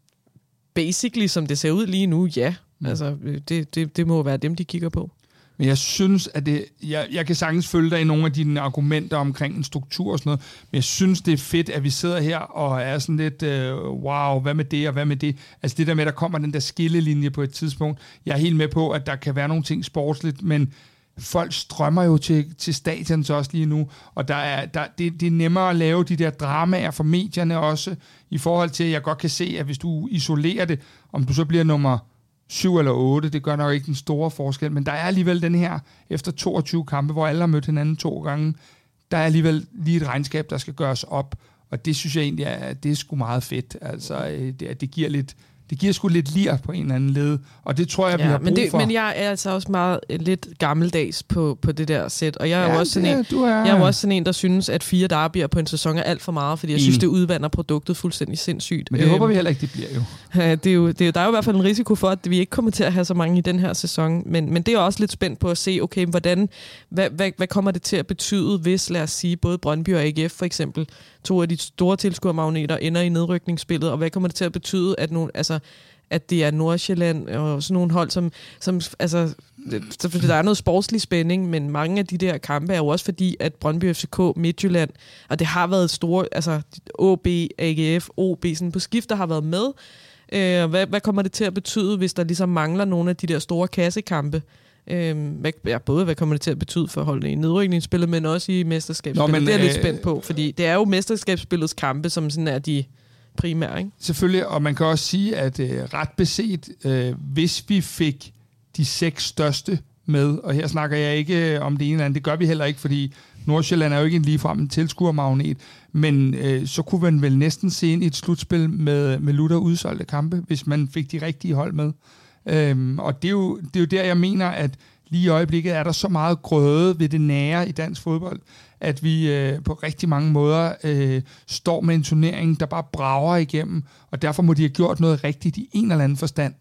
Basically, som det ser ud lige nu, ja. Mm. Altså, det, det, det må være dem, de kigger på. Men jeg synes, at det, jeg, jeg kan sagtens følge dig i nogle af dine argumenter omkring en struktur og sådan noget, men jeg synes, det er fedt, at vi sidder her og er sådan lidt, øh, wow, hvad med det og hvad med det? Altså det der med, at der kommer den der skillelinje på et tidspunkt. Jeg er helt med på, at der kan være nogle ting sportsligt, men folk strømmer jo til, til stadion så også lige nu, og der er, der, det, det er nemmere at lave de der dramaer for medierne også, i forhold til, at jeg godt kan se, at hvis du isolerer det, om du så bliver nummer syv eller otte, det gør nok ikke den store forskel, men der er alligevel den her, efter toogtyve kampe, hvor alle har mødt hinanden to gange, der er alligevel lige et regnskab, der skal gøres op, og det synes jeg egentlig, er, det er sgu meget fedt, altså det, det giver lidt, det giver sgu lidt lir på en eller anden led, og det tror jeg, ja, vi har brug men det, for. Men jeg er altså også meget lidt gammeldags på, på det der sæt, og jeg er, ja, jo også sådan det, en, er... jeg er jo også sådan en, der synes, at fire derbyer på en sæson er alt for meget, fordi jeg Enig. synes, det udvander produktet fuldstændig sindssygt. Men det øhm, håber vi heller ikke, det bliver jo. Ja, det er jo det er, der er jo i hvert fald en risiko for, at vi ikke kommer til at have så mange i den her sæson, men, men det er også lidt spændt på at se, okay, hvordan, hvad, hvad, hvad kommer det til at betyde, hvis, lad os sige, både Brøndby og A G F for eksempel, to af de store tilskuermagneter ender i nedrykningsspillet, og hvad kommer det til at betyde, at nogle, altså at det er Nordsjælland og sådan nogle hold, som, som altså, der er noget sportslig spænding, men mange af de der kampe er jo også fordi, at Brøndby, F C K, Midtjylland, og det har været store, altså O B, A G F, O B, sådan på skifter har været med. Øh, hvad, hvad kommer det til at betyde, hvis der ligesom mangler nogle af de der store kassekampe? Øh, hvad, ja, både hvad kommer det til at betyde for holdene i nedrykningsspillet, men også i mesterskabsspillet. Nå, men, det er jeg øh, lidt spændt på, fordi det er jo mesterskabsspillets kampe, som sådan er de primære, ikke? Selvfølgelig, og man kan også sige, at øh, ret beset, øh, hvis vi fik de seks største med, og her snakker jeg ikke om det ene eller andet, det gør vi heller ikke, fordi Nordsjælland er jo ikke en ligefrem en tilskuermagnet, men øh, så kunne man vel næsten se ind i et slutspil med, med lutter udsolgte kampe, hvis man fik de rigtige hold med. Øhm, og det er, jo, det er jo der, jeg mener, at lige i øjeblikket er der så meget grøde ved det nære i dansk fodbold, at vi øh, på rigtig mange måder øh, står med en turnering, der bare brager igennem, og derfor må de have gjort noget rigtigt i en eller anden forstand.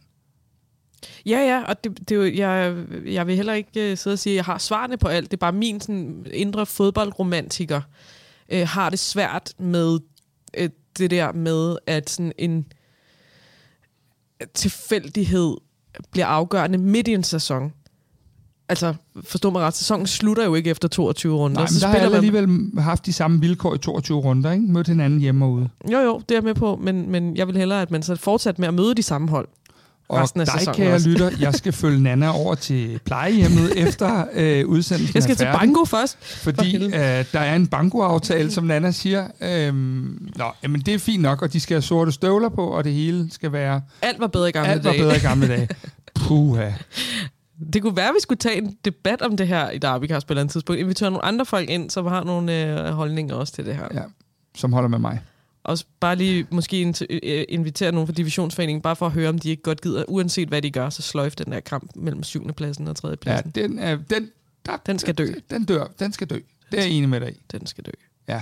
Ja, ja, og det, det er jo, jeg, jeg vil heller ikke uh, sidde og sige, at jeg har svarene på alt. Det er bare min sådan, indre fodboldromantiker uh, har det svært med uh, det der med, at sådan en tilfældighed bliver afgørende midt i en sæson. altså, forstå mig ret, sæsonen slutter jo ikke efter toogtyve runder. Nej, men så der har alle man... alligevel haft de samme vilkår i toogtyve runder, ikke? Mødt hinanden hjemme og ude. Jo, jo, det er jeg med på, men, men jeg vil hellere, at man så fortsat med at møde de samme hold. Og dig, kære lytter, jeg skal følge Nanna over til plejehjemmet efter øh, udsendelsen. Jeg skal til banko først. Fordi øh, der er en banko-aftale, som Nanna siger. Øhm, nå, jamen det er fint nok, og de skal have sorte støvler på, og det hele skal være... Alt var bedre i gamle Alt dage. Alt var bedre i gamle dage. Puha. Det kunne være, at vi skulle tage en debat om det her i Derbycast på et eller andet tidspunkt. Invitere nogle andre folk ind, som har nogle øh, holdninger også til det her. Ja, som holder med mig. Og bare lige måske invitere nogen fra divisionsforeningen, bare for at høre, om de ikke godt gider, uanset hvad de gør, så sløjf den der kamp mellem syvende pladsen og tredje pladsen. Ja, den, er, den, der, den skal dø. Den, den dør, den skal dø. Det er jeg enig med dig i. Den skal dø. Ja.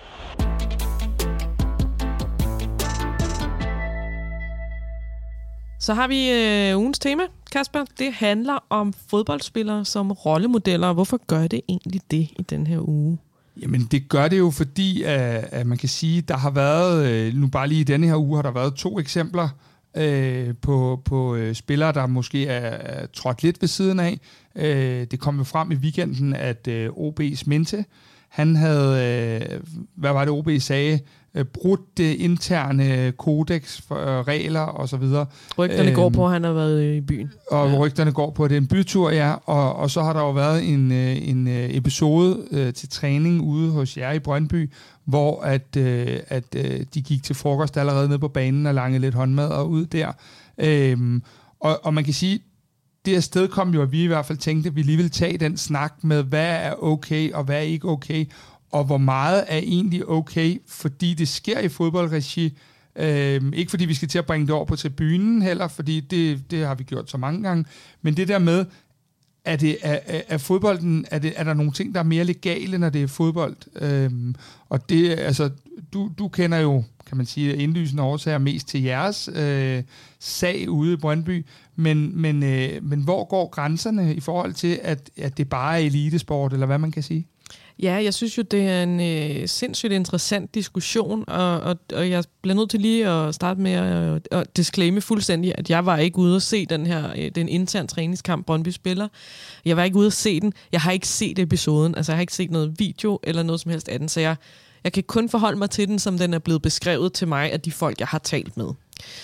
Så har vi øh, ugens tema, Kasper. Det handler om fodboldspillere som rollemodeller. Hvorfor gør det egentlig det i den her uge? Jamen, det gør det jo, fordi at, at man kan sige, der har været, nu bare lige i denne her uge, har der været to eksempler øh, på, på øh, spillere, der måske er, er trådt lidt ved siden af. Øh, det kom jo frem i weekenden, at øh, O B's Minte, han havde, øh, hvad var det O B sagde, øh, brudt det interne kodex for øh, regler og så videre. Rygterne øh, går på, at han har været i byen. Og ja. rygterne går på, at det er en bytur, ja. Og, og så har der jo været en, en episode øh, til træning ude hos jer i Brøndby, hvor at, øh, at øh, de gik til frokost allerede nede på banen og langede lidt håndmad og ud der. Øhm, og, og man kan sige, det afsted kom jo, at vi i hvert fald tænkte, at vi lige ville tage den snak med, hvad er okay og hvad er ikke okay, og hvor meget er egentlig okay, fordi det sker i fodboldregi. Øhm, ikke fordi vi skal til at bringe det over på tribunen heller, fordi det, det har vi gjort så mange gange, men det der med, er, det, er, er, er fodbolden, er, det, er der nogle ting, der er mere legale, når det er fodbold? Øhm, og det, altså, du, du kender jo, kan man sige, indlysende årsager mest til jeres øh, sag ude i Brøndby, men, men, øh, men hvor går grænserne i forhold til, at, at det bare er elitesport, eller hvad man kan sige? Ja, jeg synes jo, det er en øh, sindssygt interessant diskussion, og, og, og jeg bliver nødt til lige at starte med at, at disclaime fuldstændig, at jeg var ikke ude at se den her, øh, den interne træningskamp, Brøndby spiller. Jeg var ikke ude at se den. Jeg har ikke set episoden, altså jeg har ikke set noget video eller noget som helst af den, så jeg, jeg kan kun forholde mig til den, som den er blevet beskrevet til mig af de folk, jeg har talt med.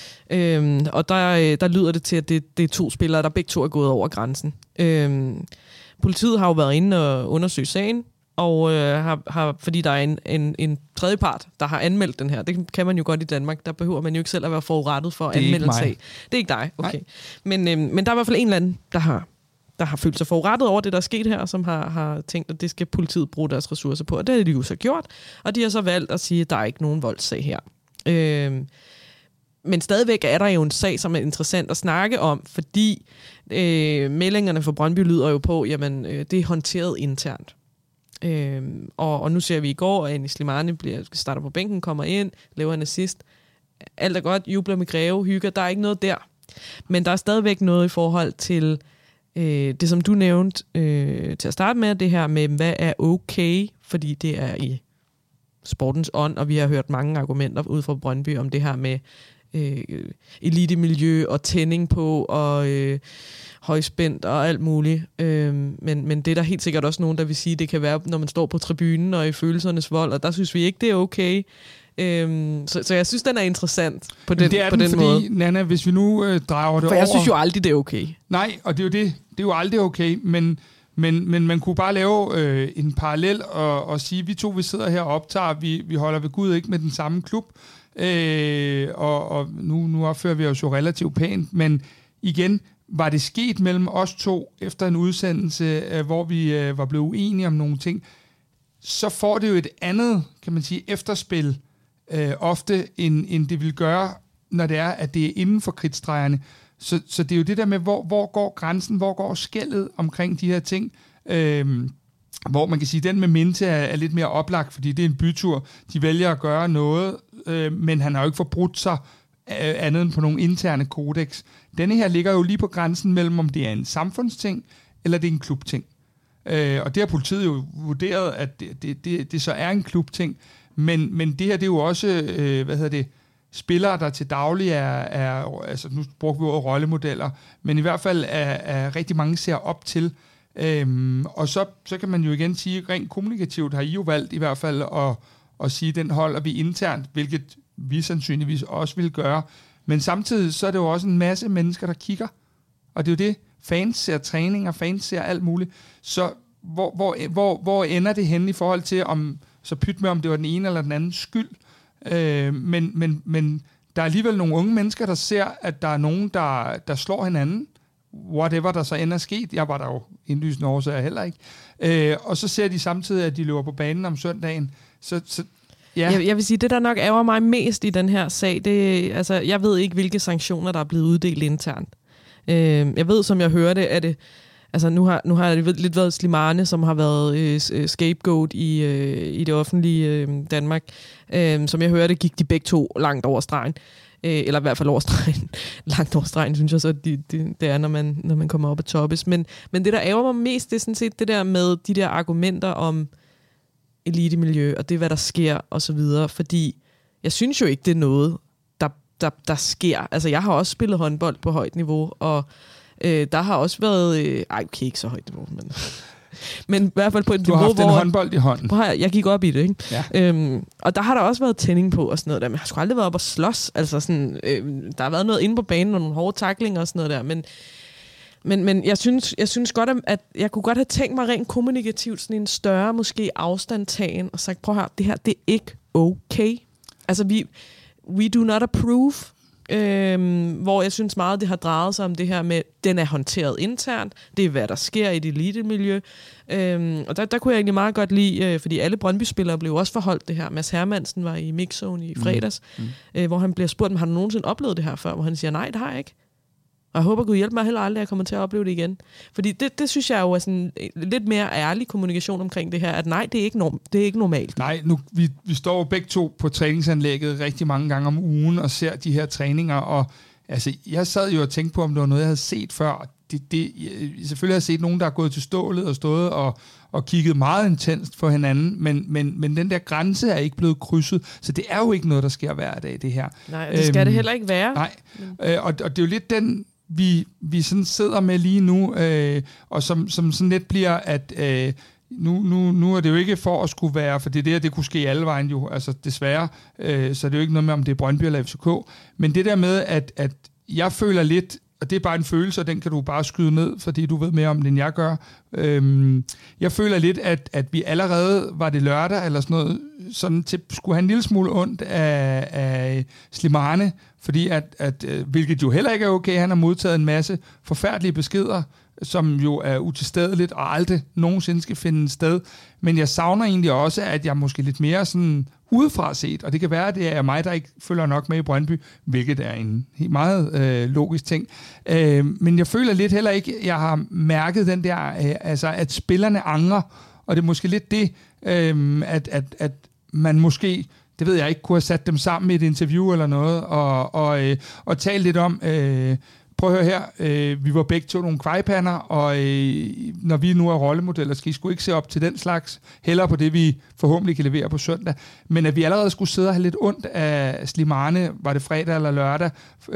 Øhm, og der, der lyder det til, at det, det er to spillere, der begge to er gået over grænsen. Øhm, politiet har jo været inde og undersøge sagen, og øh, har, har, fordi der er en, en, en tredje part, der har anmeldt den her. Det kan man jo godt i Danmark. Der behøver man jo ikke selv at være forurettet for at anmelde en sag. Det er ikke dig, okay. Men, øh, men der er i hvert fald en eller anden, der har, der har følt sig forurettet over det, der er sket her, som har, har tænkt, at det skal politiet bruge deres ressourcer på. Og det har de jo så gjort, og de har så valgt at sige, at der er ikke nogen voldssag her. Øh, men stadigvæk er der jo en sag, som er interessant at snakke om, fordi øh, meldingerne fra Brøndby lyder jo på, jamen øh, det er håndteret internt. Øhm, og, og nu ser vi i går, at Enis Slimani bliver, starter på bænken, kommer ind, laver en assist. Alt er godt, jubler med Greve, hygger, der er ikke noget der. Men der er stadigvæk noget i forhold til øh, det, som du nævnte øh, til at starte med, det her med, hvad er okay, fordi det er i sportens ånd, og vi har hørt mange argumenter ud fra Brøndby om det her med øh, elitemiljø og tænding på, og øh, højspændt og alt muligt. Øhm, men, men det er der helt sikkert også nogen, der vil sige, det kan være, når man står på tribunen og i følelsernes vold, og der synes vi ikke, det er okay. Øhm, så, så jeg synes, den er interessant på den, det er på den, den fordi, måde. Nana, hvis vi nu øh, drager det For over... jeg synes jo aldrig, det er okay. Nej, og det er jo det. Det er jo aldrig okay, men, men, men man kunne bare lave øh, en parallel og, og sige, vi to, vi sidder her og optager, vi, vi holder ved Gud ikke med den samme klub, øh, og, og nu, nu opfører vi os jo relativt pænt, men igen, var det sket mellem os to efter en udsendelse, øh, hvor vi øh, var blevet uenige om nogle ting, så får det jo et andet, kan man sige, efterspil øh, ofte, end, end det vil gøre, når det er, at det er inden for kridtstregerne. Så, så det er jo det der med, hvor, hvor går grænsen, hvor går skellet omkring de her ting, øh, hvor man kan sige, at den med Minte er, er lidt mere oplagt, fordi det er en bytur. De vælger at gøre noget, øh, men han har jo ikke forbrudt sig øh, andet end på nogle interne kodex. Denne her ligger jo lige på grænsen mellem, om det er en samfundsting, eller det er en klubting. Øh, og det har politiet jo vurderet, at det, det, det, det så er en klubting. Men, men det her, det er jo også, øh, hvad hedder det, spillere, der til daglig er, er altså nu brugte vi ordet rollemodeller, men i hvert fald er, er rigtig mange ser op til. Øhm, og så, så kan man jo igen sige, rent kommunikativt har I jo valgt i hvert fald at, at sige, den holder vi internt, hvilket vi sandsynligvis også vil gøre. Men samtidig så er det jo også en masse mennesker, der kigger. Og det er jo det, fans ser træninger, fans ser alt muligt. Så hvor, hvor, hvor, hvor ender det henne i forhold til, om så pyt med, om det var den ene eller den anden skyld? Øh, men, men, men der er alligevel nogle unge mennesker, der ser, at der er nogen, der, der slår hinanden. Whatever der så ender sket. Jeg var der jo indlysende årsager heller ikke. Øh, og så ser de samtidig, at de løber på banen om søndagen. Så, så ja. jeg, jeg vil sige, det der nok ærger mig mest i den her sag, det altså, jeg ved ikke, hvilke sanktioner, der er blevet uddelt internt. Øh, jeg ved, som jeg hørte, at det altså nu har, nu har det lidt været Slimane, som har været øh, scapegoat i, øh, i det offentlige øh, Danmark. Øh, som jeg hørte, gik de begge to langt over stregen. Øh, eller i hvert fald over stregen. Langt over stregen, synes jeg så, det, det, det er, når man, når man kommer op at toppes. Men, men det, der ærger mig mest, det er sådan set det der med de der argumenter om elitemiljø, og det, hvad der sker, og så videre. Fordi jeg synes jo ikke, det er noget, der, der, der sker. Altså, jeg har også spillet håndbold på højt niveau, og Øh, der har også været... Øh, ej, okay, ikke så højt niveau, men... men i hvert fald på et niveau, hvor... Du har haft en håndbold i hånden. Jeg, jeg gik op i det, ikke? Ja. Øhm, og der har der også været tænding på og sådan noget der, men jeg har sgu aldrig været op og slås. Altså sådan... Øh, der har været noget inde på banen, og nogle hårde tacklinger og sådan noget der, men... Men, men jeg, synes, jeg synes godt, at jeg kunne godt have tænkt mig rent kommunikativt sådan en større, måske afstandtagen, og sagt, prøv at høre, det her, det er ikke okay. Altså, vi... We do not approve... Øhm, hvor jeg synes meget, det har drejet sig om det her med, den er håndteret internt, det er, hvad der sker i det elite-miljø. Øhm, og der, der kunne jeg egentlig meget godt lide, øh, fordi alle Brøndby-spillere blev også forholdt det her. Mads Hermansen var i mixzone i fredags, mm. Mm. Øh, hvor han bliver spurgt, har du nogensinde oplevet det her før? Hvor han siger, nej, det har jeg ikke. Og jeg håber, Gud hjælpe mig heller aldrig, at jeg kommer til at opleve det igen. Fordi det, det synes jeg jo er sådan lidt mere ærlig kommunikation omkring det her, at nej, det er ikke, norm, det er ikke normalt. Nej, nu, vi, vi står begge to på træningsanlægget rigtig mange gange om ugen og ser de her træninger, og altså, jeg sad jo og tænkte på, om det var noget, jeg havde set før. Det, det, jeg, selvfølgelig har jeg set nogen, der er gået til stålet og stået og, og kigget meget intenst for hinanden, men, men, men den der grænse er ikke blevet krydset, så det er jo ikke noget, der sker hver dag, det her. Nej, det skal øhm, det heller ikke være. Nej, øh, og, og det er jo lidt den... vi, vi sådan sidder med lige nu, øh, og som, som sådan lidt bliver, at øh, nu, nu, nu er det jo ikke for at skulle være, for det er det, det kunne ske alle vejen jo, altså desværre, øh, så er det jo ikke noget med, om det er Brøndby eller F C K, men det der med, at, at jeg føler lidt, og det er bare en følelse, og den kan du bare skyde ned, fordi du ved mere om det, end jeg gør. Øhm, jeg føler lidt, at, at vi allerede, var det lørdag eller sådan noget, sådan til, skulle have en lille smule ondt af, af Slimane, fordi at, at, hvilket jo heller ikke er okay, han har modtaget en masse forfærdelige beskeder, som jo er utilstedeligt og aldrig nogensinde skal finde sted. Men jeg savner egentlig også, at jeg måske lidt mere sådan udefra set, og det kan være, at det er mig, der ikke følger nok med i Brøndby, hvilket er en meget øh, logisk ting. Øh, men jeg føler lidt heller ikke, jeg har mærket den der, øh, altså at spillerne angrer, og det er måske lidt det, øh, at, at, at man måske, det ved jeg ikke, kunne have sat dem sammen i et interview eller noget, og, og, øh, og tale lidt om, øh, prøv at høre her, øh, vi var begge to nogle kvejpander, og øh, når vi nu er rollemodeller, skal I sgu ikke se op til den slags, hellere på det, vi forhåbentlig kan levere på søndag. Men at vi allerede skulle sidde og have lidt ondt af Slimane, var det fredag eller lørdag,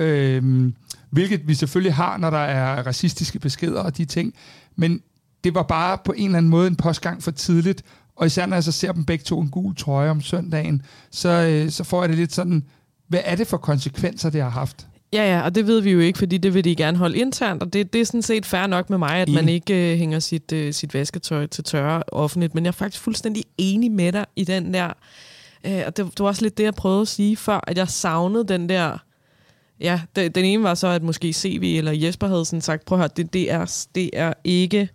øh, hvilket vi selvfølgelig har, når der er racistiske beskeder og de ting. Men det var bare på en eller anden måde en postgang for tidligt, og især når jeg så ser dem begge to en gul trøje om søndagen, så, øh, så får jeg det lidt sådan, hvad er det for konsekvenser, det har haft? Ja, ja, og det ved vi jo ikke, fordi det vil de gerne holde internt, og det, det er sådan set fair nok med mig, at enig. man ikke uh, hænger sit, uh, sit vasketøj til tørre offentligt, men jeg er faktisk fuldstændig enig med dig i den der, uh, og det, det var også lidt det, jeg prøvede at sige før, at jeg savnede den der, ja, det, den ene var så, at måske C V eller Jesper havde sådan sagt, prøv at høre, det, det, er, det er ikke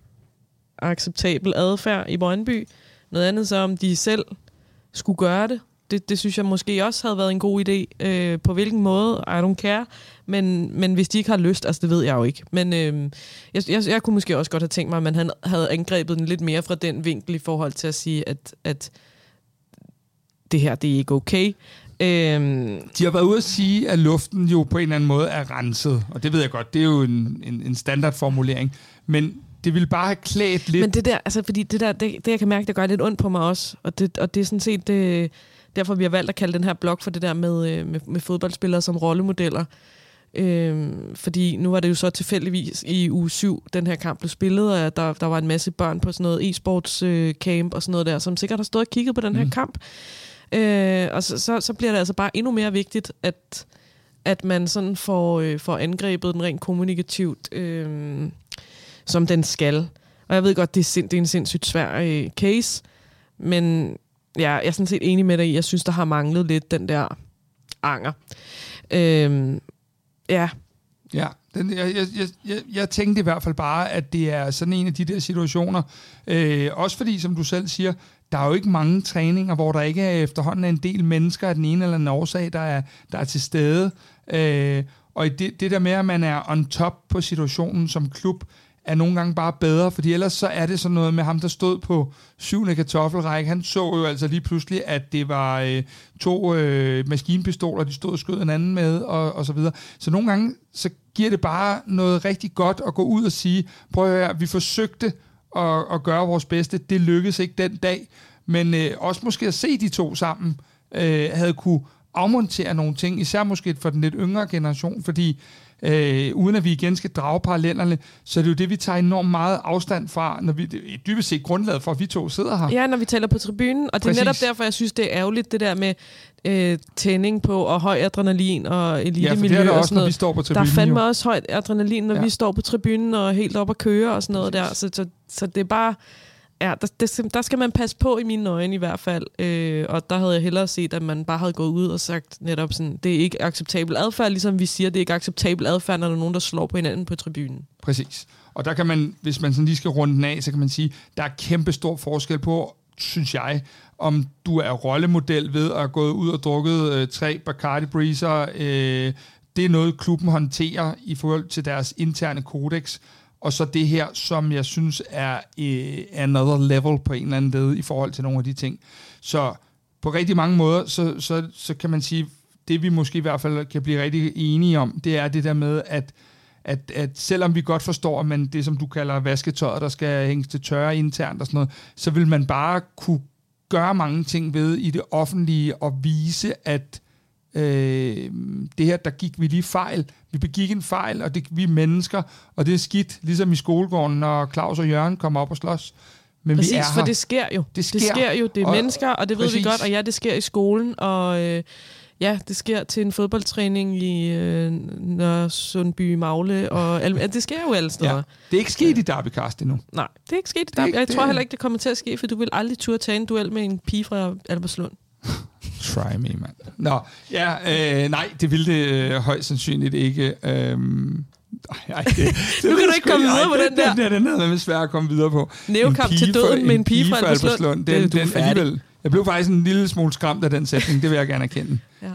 acceptabel adfærd i Brøndby. Noget andet så, om de selv skulle gøre det. Det, det synes jeg måske også havde været en god idé. Øh, på hvilken måde, I don't care. Men, men hvis de ikke har lyst, altså det ved jeg jo ikke. Men øh, jeg, jeg, jeg kunne måske også godt have tænkt mig, at man havde, havde angrebet den lidt mere fra den vinkel i forhold til at sige, at, at det her, det er ikke okay. Øh, de har været ude at sige, at luften jo på en eller anden måde er renset. Og det ved jeg godt, det er jo en, en, en standardformulering. Men det ville bare have klædt lidt. Men det der, altså fordi det der, det, det jeg kan mærke, det gør lidt ondt på mig også. Og det, og det er sådan set det, derfor vi har valgt at kalde den her blog for det der med, med, med fodboldspillere som rollemodeller. Øhm, fordi nu var det jo så tilfældigvis i uge syv, den her kamp blev spillet, og der, der var en masse børn på sådan noget e-sports øh, camp og sådan noget der, som sikkert har stået og kigget på den her mm. kamp. Øh, og så, så, så bliver det altså bare endnu mere vigtigt, at, at man sådan får, øh, får angrebet den rent kommunikativt, øh, som den skal. Og jeg ved godt, det er, sind, det er en sindssygt svær øh, case, men ja, jeg er sådan set enig med dig i, jeg synes, der har manglet lidt den der anger. Øh, ja. Ja, den, jeg, jeg, jeg, jeg tænkte i hvert fald bare, at det er sådan en af de der situationer, øh, også fordi, som du selv siger, der er jo ikke mange træninger, hvor der ikke er efterhånden en del mennesker af den ene eller anden årsag, der er, der er til stede. Øh, og det, det der med, at man er on top på situationen som klub, er nogle gange bare bedre, fordi ellers så er det sådan noget med ham, der stod på syvende kartoffelrække. Han så jo altså lige pludselig, at det var øh, to øh, maskinpistoler, de stod og skød en anden med, og, og så videre. Så nogle gange, så giver det bare noget rigtig godt at gå ud og sige, prøv at høre, vi forsøgte at, at gøre vores bedste, det lykkedes ikke den dag, men øh, også måske at se de to sammen, øh, havde kunne afmontere nogle ting, især måske for den lidt yngre generation, fordi Øh, uden at vi igen skal drage parallellerne, så er det jo det, vi tager enormt meget afstand fra, når vi dybest set grundlaget for, at vi to sidder her. Ja, når vi taler på tribunen, og det Præcis. er netop derfor, jeg synes, det er ærgerligt, det der med øh, tænding på, og høj adrenalin og elitemiljø. Ja, for det er der og også, sådan når noget. vi står på tribunen. Der er fandme jo. også højt adrenalin, når ja. vi står på tribunen og helt op og kører og sådan noget der. Så, så, så det er bare... Ja, der, det, der skal man passe på i mine øjne i hvert fald. Øh, og der havde jeg hellere set, at man bare havde gået ud og sagt netop sådan, det er ikke acceptabel adfærd, ligesom vi siger, det er ikke acceptabel adfærd, når der er nogen, der slår på hinanden på tribunen. Præcis. Og der kan man, hvis man sådan lige skal runde den af, så kan man sige, der er kæmpe stor forskel på, synes jeg, om du er rollemodel ved at have gået ud og drukket øh, tre Bacardi Breezer. Øh, det er noget, klubben håndterer i forhold til deres interne kodex. Og så det her, som jeg synes er eh, another level på en eller anden led i forhold til nogle af de ting. Så på rigtig mange måder, så, så, så kan man sige, det vi måske i hvert fald kan blive rigtig enige om, det er det der med, at, at, at selvom vi godt forstår, at man det, som du kalder vasketøjet, der skal hænges til tørre internt og sådan noget, så vil man bare kunne gøre mange ting ved i det offentlige og vise, at Øh, det her, der gik vi lige fejl. Vi begik en fejl, og det, vi er mennesker, og det er skidt, ligesom i skolegården, når Claus og Jørgen kommer op og slås. Men præcis, vi er for her. det sker jo. Det sker, det sker jo, det er og, mennesker, og det præcis. ved vi godt, og ja, det sker i skolen, og øh, ja, det sker til en fodboldtræning i øh, Nørresundby Magle, og al- det sker jo alle steder. Ja. Det er ikke sket i Derbycast endnu. Nej, det er ikke sket i Derby. Jeg det tror heller ikke, det kommer til at ske, for du vil aldrig turde tage en duel med en pige fra Albertslund. Try me, mand. Nå, ja, øh, nej, det ville det øh, højst sandsynligt ikke. Øhm, ej, det, det, nu kan du ikke komme videre på den der. Den, den, den er lidt svær at komme videre på. Nævekamp til døden med en pige fra Albertslund. Den, det, den alligevel. Jeg blev faktisk en lille smule skræmt af den sætning, det vil jeg gerne erkende. Ja.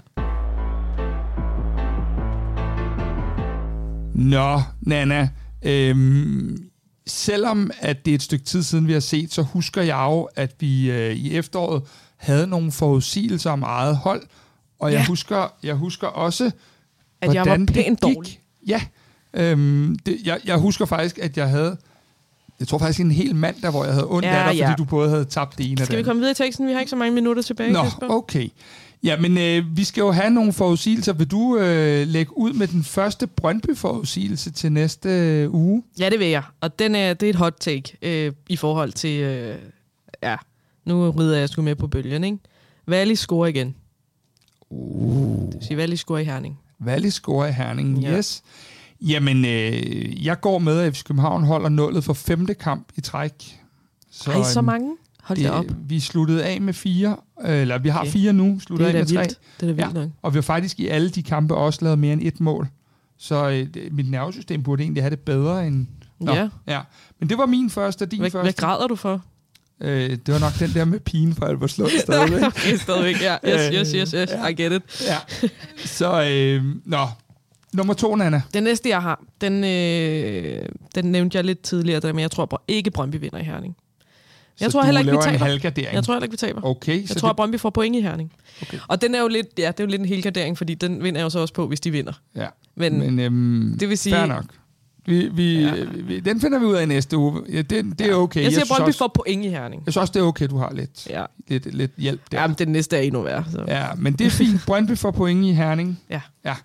Nå, Nana, øhm, selvom at det er et stykke tid siden, vi har set, så husker jeg jo, at vi øh, i efteråret havde nogle forudsigelser om eget hold, og ja. jeg husker jeg husker også, at jeg var pænt dårlig. Ja, øhm, det, jeg, jeg husker faktisk, at jeg havde, jeg tror faktisk en hel mandag, hvor jeg havde ondt ja, af dig, ja. fordi du både havde tabt det ene og Skal vi komme videre i teksten? Vi har ikke så mange minutter tilbage. Nå, Kasper. okay. Ja, men øh, vi skal jo have nogle forudsigelser. Vil du øh, lægge ud med den første Brøndby-forudsigelse til næste øh, uge? Ja, det vil jeg. Og den er, det er et hot take øh, i forhold til... Øh, ja, nu rider jeg sgu med på bølgen, ikke? Valli scorer igen. Uh. Det vil sige, Valli scorer i Herning. Valli scorer i Herning, ja. Yes. Jamen, øh, jeg går med, at F C København holder nullet for femte kamp i træk. Så, Ej, så mange? Hold det, da op. Vi sluttede af med fire, eller vi har okay. fire nu, sluttede af med vildt. tre. Det er da vildt ja. nok. Og vi har faktisk i alle de kampe også lavet mere end et mål. Så øh, mit nervesystem burde egentlig have det bedre end... Nå, ja. ja. Men det var min første, din hvad, første. Hvad græder du for? Øh, det var nok den der med pigen fra Albertslund stadigvæk. okay, stadigvæk, ja. Yes, yes, yes, yes. Ja. I get it. Ja. Så, øh, nå. Nummer to, Nana. Den næste, jeg har, den, øh, den nævnte jeg lidt tidligere, men jeg tror ikke, Brøndby vinder i Herning. Jeg så tror heller ikke, vi taber. halvgardering. Jeg tror heller ikke, vi taber. Okay, jeg tror, det... at Brøndby får point i Herning. Okay. Og den er jo lidt, ja, det er jo lidt en helgardering, fordi den vinder jeg jo så også på, hvis de vinder. Ja, men, men øhm, det vil sige... fair nok. Vi, vi, ja. vi, den finder vi ud af næste uge. Ja, det, det er okay. Jeg siger, jeg Brøndby også, får point i Herning. Jeg synes også, det er okay, du har lidt, ja. lidt, lidt hjælp der. Jamen, den næste er endnu værre. Så. Ja, men det er fint. Brøndby får point i Herning. Ja. Ja.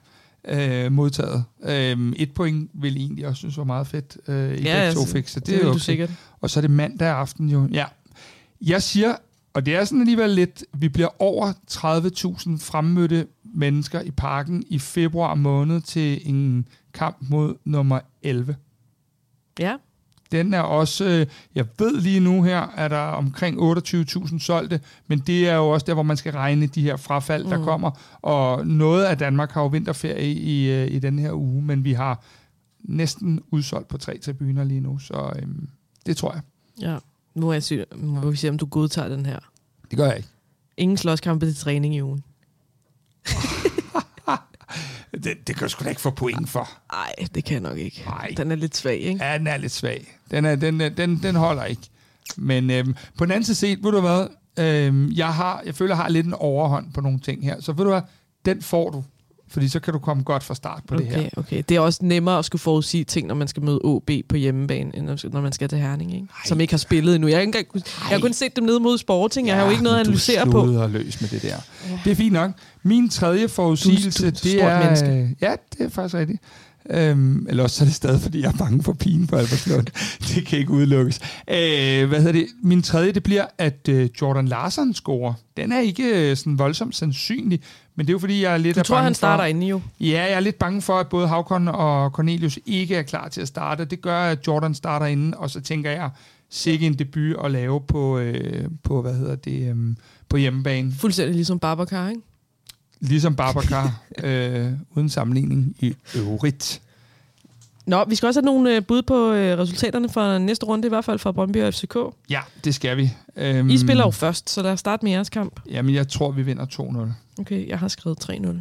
øh, modtaget. Øh, et point vil jeg egentlig også synes var meget fedt øh, i ja, begge to altså, fik, så det, det er vil okay. du sikkert. Og så er det mandag aften jo. Ja. Jeg siger, og det er sådan alligevel lidt, vi bliver over tredive tusind fremmødte mennesker i parken i februar måned til en kamp mod nummer elleve. Ja. Den er også, jeg ved lige nu her, er der omkring otteogtyve tusind solgte, men det er jo også der, hvor man skal regne de her frafald, der mm. kommer. Og noget af Danmark har jo vinterferie i, i den her uge, men vi har næsten udsolgt på tre tribuner lige nu, så øhm, det tror jeg. Ja, nu er jeg må vi se, om du godtager den her. Det gør jeg ikke. Ingen slåskampe til træning i ugen. det, det kan jeg sgu da ikke få point for. Nej, det kan jeg nok ikke. Ej. Den er lidt svag, ikke? Ja, den er lidt svag. Den, er, den, den, den holder ikke. Men øhm, på den anden side set, ved du hvad, øhm, jeg, har, jeg føler, jeg har lidt en overhånd på nogle ting her. Så ved du hvad, den får du. Fordi så kan du komme godt fra start på okay, det her. Okay, det er også nemmere at skulle forudsige ting, når man skal møde O B på hjemmebane, end når man skal til Herning, ikke? Som ikke har spillet endnu. Jeg har, ikke engang, jeg har kun set dem nede mod Sporting. Jeg ja, har jo ikke noget at analysere på. Du er løs med det der. Ja. Det er fint nok. Min tredje forudsigelse, du, du, det er... Menneske. Ja, det er faktisk rigtigt. Øhm, eller også så er det stadig, fordi jeg er bange for pigen på Albertslund. Det kan ikke udelukkes. Øh, hvad hedder det? Min tredje, det bliver, at øh, Jordan Larsson scorer. Den er ikke øh, sådan voldsomt sandsynlig, men det er jo fordi, jeg er lidt du tror, bange han starter for, inde jo? Ja, jeg er lidt bange for, at både Havkon og Cornelius ikke er klar til at starte. Det gør, at Jordan starter inde, og så tænker jeg, sikke en debut at lave på, øh, på hvad hedder det, øh, på hjemmebane. Fuldstændig ligesom Babacar, ikke? Ligesom Babacar, øh, uden sammenligning i øvrigt. Nå, vi skal også have nogle øh, bud på øh, resultaterne for næste runde, i hvert fald fra Brøndby og F C K. Ja, det skal vi. Um, I spiller jo først, så lad os starte med jeres kamp. Jamen, jeg tror, vi vinder to nul. Okay, jeg har skrevet tre nul.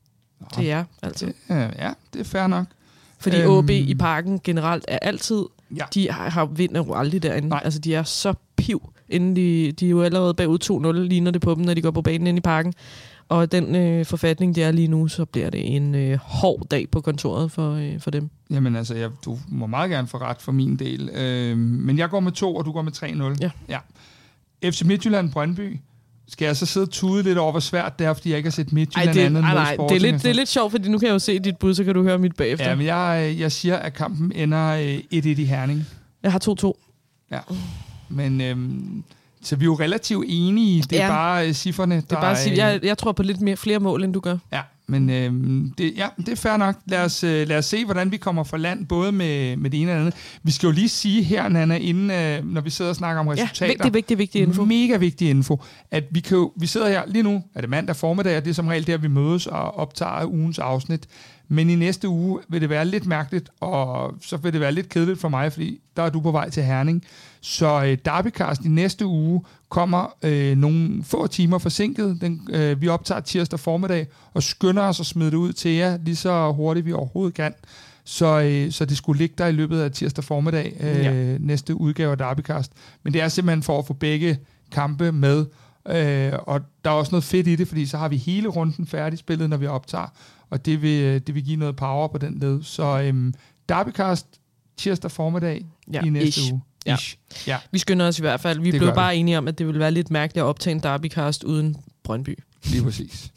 Det er altså. Det, ja, det er fair nok. Fordi um, O B i parken generelt er altid, ja. de har, har vinder jo aldrig derinde. Nej. Altså, de er så piv, inden de, de er jo allerede bagud to nul, ligner det på dem, når de går på banen ind i parken. Og den øh, forfatning, det er lige nu, så bliver det en øh, hård dag på kontoret for, øh, for dem. Jamen altså, jeg, du må meget gerne få ret for min del. Øh, men jeg går med to, og du går med tre nul. Ja. Ja. F C Midtjylland Brøndby. Skal jeg så sidde og tude lidt over, hvor svært det er, fordi jeg ikke har set Midtjylland ej, det, andet ej, mod nej, Sporting? det er, lidt, det er lidt sjovt, fordi nu kan jeg jo se dit bud, så kan du høre mit bagefter. Ja, men jeg, jeg siger, at kampen ender et et i Herning. Jeg har to to. Ja, men... Øhm, så vi er jo relativt enige. Det er ja. bare uh, cifrene, der det er bare sig- jeg, jeg tror på lidt mere, flere mål, end du gør. Ja, men øhm, det, ja, det er fair nok. Lad os, øh, lad os se, hvordan vi kommer fra land, både med, med det ene og det andet. Vi skal jo lige sige her, Nanna, inden, øh, når vi sidder og snakker om resultater. Ja, vigtig, vigtig, vigtig info. Mega vigtig info. At vi, kan jo, vi sidder her lige nu, er det mandag formiddag, og det er som regel der, vi mødes og optager ugens afsnit. Men i næste uge vil det være lidt mærkeligt, og så vil det være lidt kedeligt for mig, fordi der er du på vej til Herning. Så øh, Derbycast i næste uge kommer øh, nogle få timer forsinket. Den, øh, vi optager tirsdag formiddag og skynder os at smide det ud til jer lige så hurtigt vi overhovedet kan. Så, øh, så det skulle ligge der i løbet af tirsdag formiddag, øh, ja. næste udgave af Derbycast. Men det er simpelthen for at få begge kampe med. Øh, og der er også noget fedt i det, fordi så har vi hele runden færdigspillet, når vi optager. Og det vil, det vil give noget power på den led. Så øhm, Derbycast tirsdag formiddag ja, i næste ish. uge. Ja. Ja. Vi skynder os i hvert fald. Vi det blev bare det. enige om, at det ville være lidt mærkeligt at optage en Derbycast uden Brøndby. Lige præcis.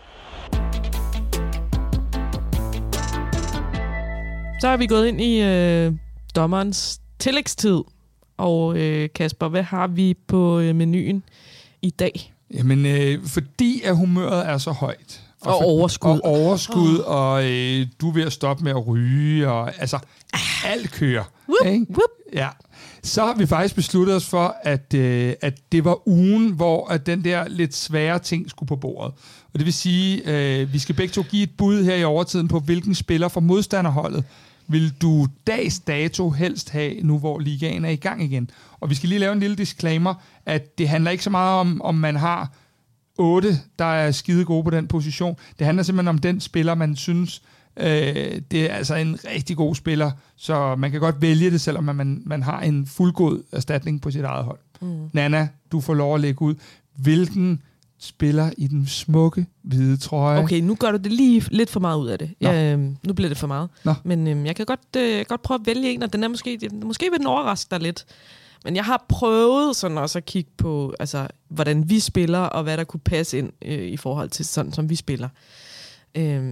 Så er vi gået ind i øh, dommerens tillægstid. Og øh, Kasper, hvad har vi på øh, menuen i dag? Jamen, øh, fordi at humøret er så højt. Og, og overskud. Og overskud, oh. og øh, du er ved at stoppe med at ryge, og altså, alt kører. Whoop, whoop. Ja. Så har vi faktisk besluttet os for, at, øh, at det var ugen, hvor at den der lidt svære ting skulle på bordet. Og det vil sige, øh, vi skal begge to give et bud her i overtiden på, hvilken spiller fra modstanderholdet vil du dags dato helst have, nu hvor ligaen er i gang igen. Og vi skal lige lave en lille disclaimer, at det handler ikke så meget om, om man har otte, der er skide gode på den position. Det handler simpelthen om den spiller, man synes, øh, det er altså en rigtig god spiller, så man kan godt vælge det, selvom man, man har en fuldgod erstatning på sit eget hold. Mm. Nana, du får lov at lægge ud, hvilken spiller i den smukke hvide trøje. Okay, nu gør du det lige lidt for meget ud af det. Ja, øh, nu bliver det for meget. Nå. Men øh, jeg kan godt, øh, godt prøve at vælge en, og den er måske, måske vil den overraske dig lidt. Men jeg har prøvet sådan også at kigge på, altså, hvordan vi spiller, og hvad der kunne passe ind øh, i forhold til sådan, som vi spiller. Øhm,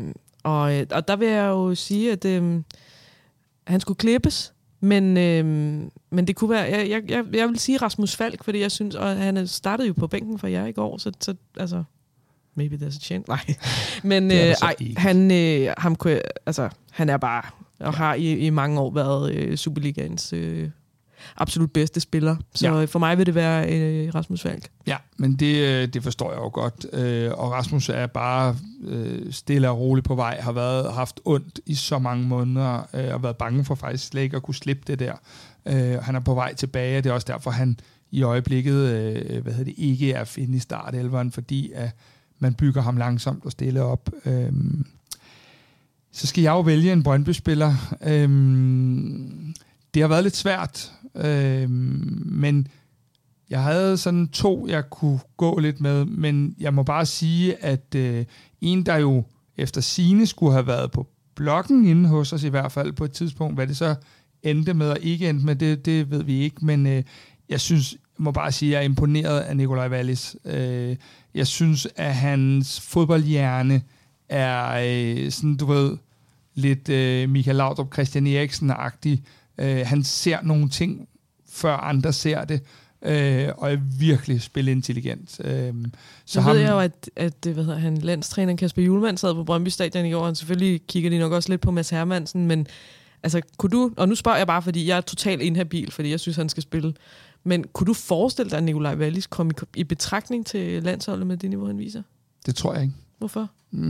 og, og der vil jeg jo sige, at øh, han skulle klippes, men, øh, men det kunne være, jeg, jeg, jeg, jeg vil sige Rasmus Falk, fordi jeg synes, og han startede jo på bænken for jer i går, så, så altså, maybe there's a chance, nej. Men øh, ej, han, øh, ham, altså, han er bare, og har i, i mange år været øh, Superligaens øh, absolut bedste spiller. Så ja. For mig vil det være øh, Rasmus Falk. Ja, men det, det forstår jeg jo godt. Øh, og Rasmus er bare øh, stille og roligt på vej, har været haft ondt i så mange måneder, øh, og været bange for faktisk slet ikke at kunne slippe det der. Øh, han er på vej tilbage, og det er også derfor, han i øjeblikket øh, hvad hedder det, ikke er at finde i startelveren, fordi at man bygger ham langsomt og stille op. Øh, så skal jeg jo vælge en Brøndby-spiller. Øh, det har været lidt svært, øh, men jeg havde sådan to, jeg kunne gå lidt med, men jeg må bare sige, at øh, en, der jo efter sigende skulle have været på bloggen inde hos os i hvert fald på et tidspunkt, hvad det så endte med og ikke endte med, det, det ved vi ikke, men øh, jeg synes, jeg må bare sige, at jeg er imponeret af Nicolai Wallis. Øh, jeg synes, at hans fodboldhjerne er øh, sådan, du ved, lidt øh, Michael Laudrup, Christian Eriksen-agtig. Øh, han ser nogle ting, før andre ser det, øh, og er virkelig spilintelligent. Øh, så ham, ved jeg jo, at, at hvad hedder han, landstræneren Kasper Hjulmand sad på Brøndby Stadion i går, og selvfølgelig kigger de nok også lidt på Mads Hermansen, men altså, kunne du, og nu spørger jeg bare, fordi jeg er totalt inhabil, fordi jeg synes, han skal spille, men kunne du forestille dig, at Nicolai Wallis kom i, i betragtning til landsholdet med det niveau, han viser? Det tror jeg ikke. Hvorfor?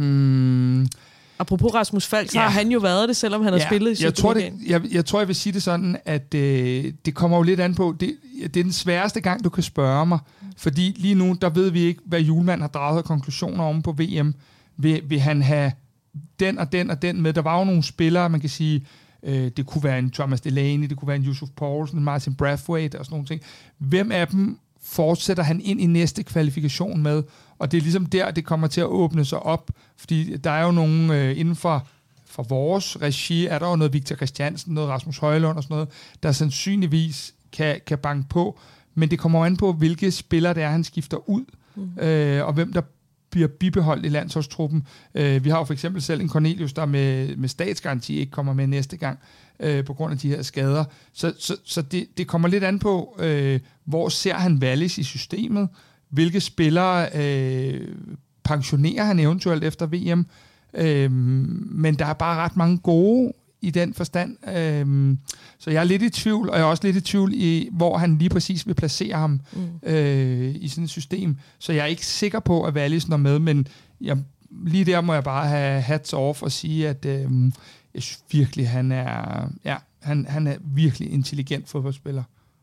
Mm. Apropos Rasmus Falk, så ja. har han jo været det, selvom han ja. har spillet i jeg tror, det, jeg, jeg tror, jeg vil sige det sådan, at øh, det kommer jo lidt an på, det, det er den sværeste gang, du kan spørge mig, fordi lige nu, der ved vi ikke, hvad Hjulmand har draget af konklusioner om på V M. Vil, vil han have den og den og den med? Der var jo nogle spillere, man kan sige, øh, det kunne være en Thomas Delaney, det kunne være en Yusuf Poulsen, en Martin Brathwaite og sådan nogle ting. Hvem af dem fortsætter han ind i næste kvalifikation med? Og det er ligesom der, det kommer til at åbne sig op, fordi der er jo nogen øh, inden for, for vores regi, er der jo noget Victor Christiansen, noget Rasmus Højlund og sådan noget, der sandsynligvis kan, kan banke på, men det kommer an på, hvilke spillere det er, han skifter ud, mm. øh, og hvem der bliver bibeholdt i landsholdstruppen. Øh, vi har jo for eksempel selv en Cornelius, der med, med statsgaranti ikke kommer med næste gang, øh, på grund af de her skader. Så, så, så det, det kommer lidt an på, øh, hvor ser han Wallis i systemet, hvilke spillere øh, pensionerer han eventuelt efter V M. Øh, men der er bare ret mange gode i den forstand. Øh, så jeg er lidt i tvivl, og jeg er også lidt i tvivl i, hvor han lige præcis vil placere ham mm. øh, i sådan et system. Så jeg er ikke sikker på, at Wallis når med, men jeg, lige der må jeg bare have hats off og sige, at øh, jeg synes virkelig, han er, ja, han, han er virkelig intelligent fodboldspiller.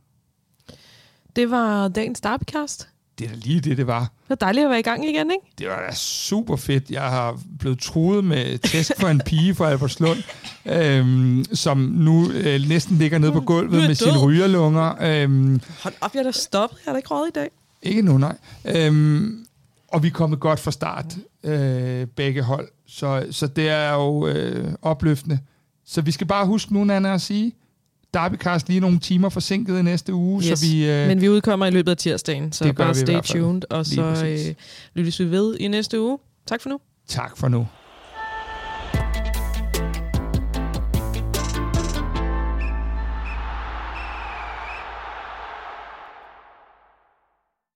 Det var dagens Derbycast. Det er da lige det, det var. Det var dejligt at være i gang igen, ikke? Det var da super fedt. Jeg har blevet truet med tæsk for en pige fra Albertslund, øhm, som nu øh, næsten ligger nede på gulvet med sine rygerlunger. Øhm, Hold op, jeg er da stoppet. Jeg har da ikke røget i dag. Ikke nu, nej. Øhm, og vi er kommet godt fra start, øh, begge hold. Så, så det er jo øh, opløftende. Så vi skal bare huske nu, Nanna, at sige, Derbycast lige nogle timer forsinket i næste uge. Yes. Så vi, øh, men vi udkommer i løbet af tirsdagen, så bare stay tuned, og lige så øh, lyttes vi ved i næste uge. Tak for nu. Tak for nu.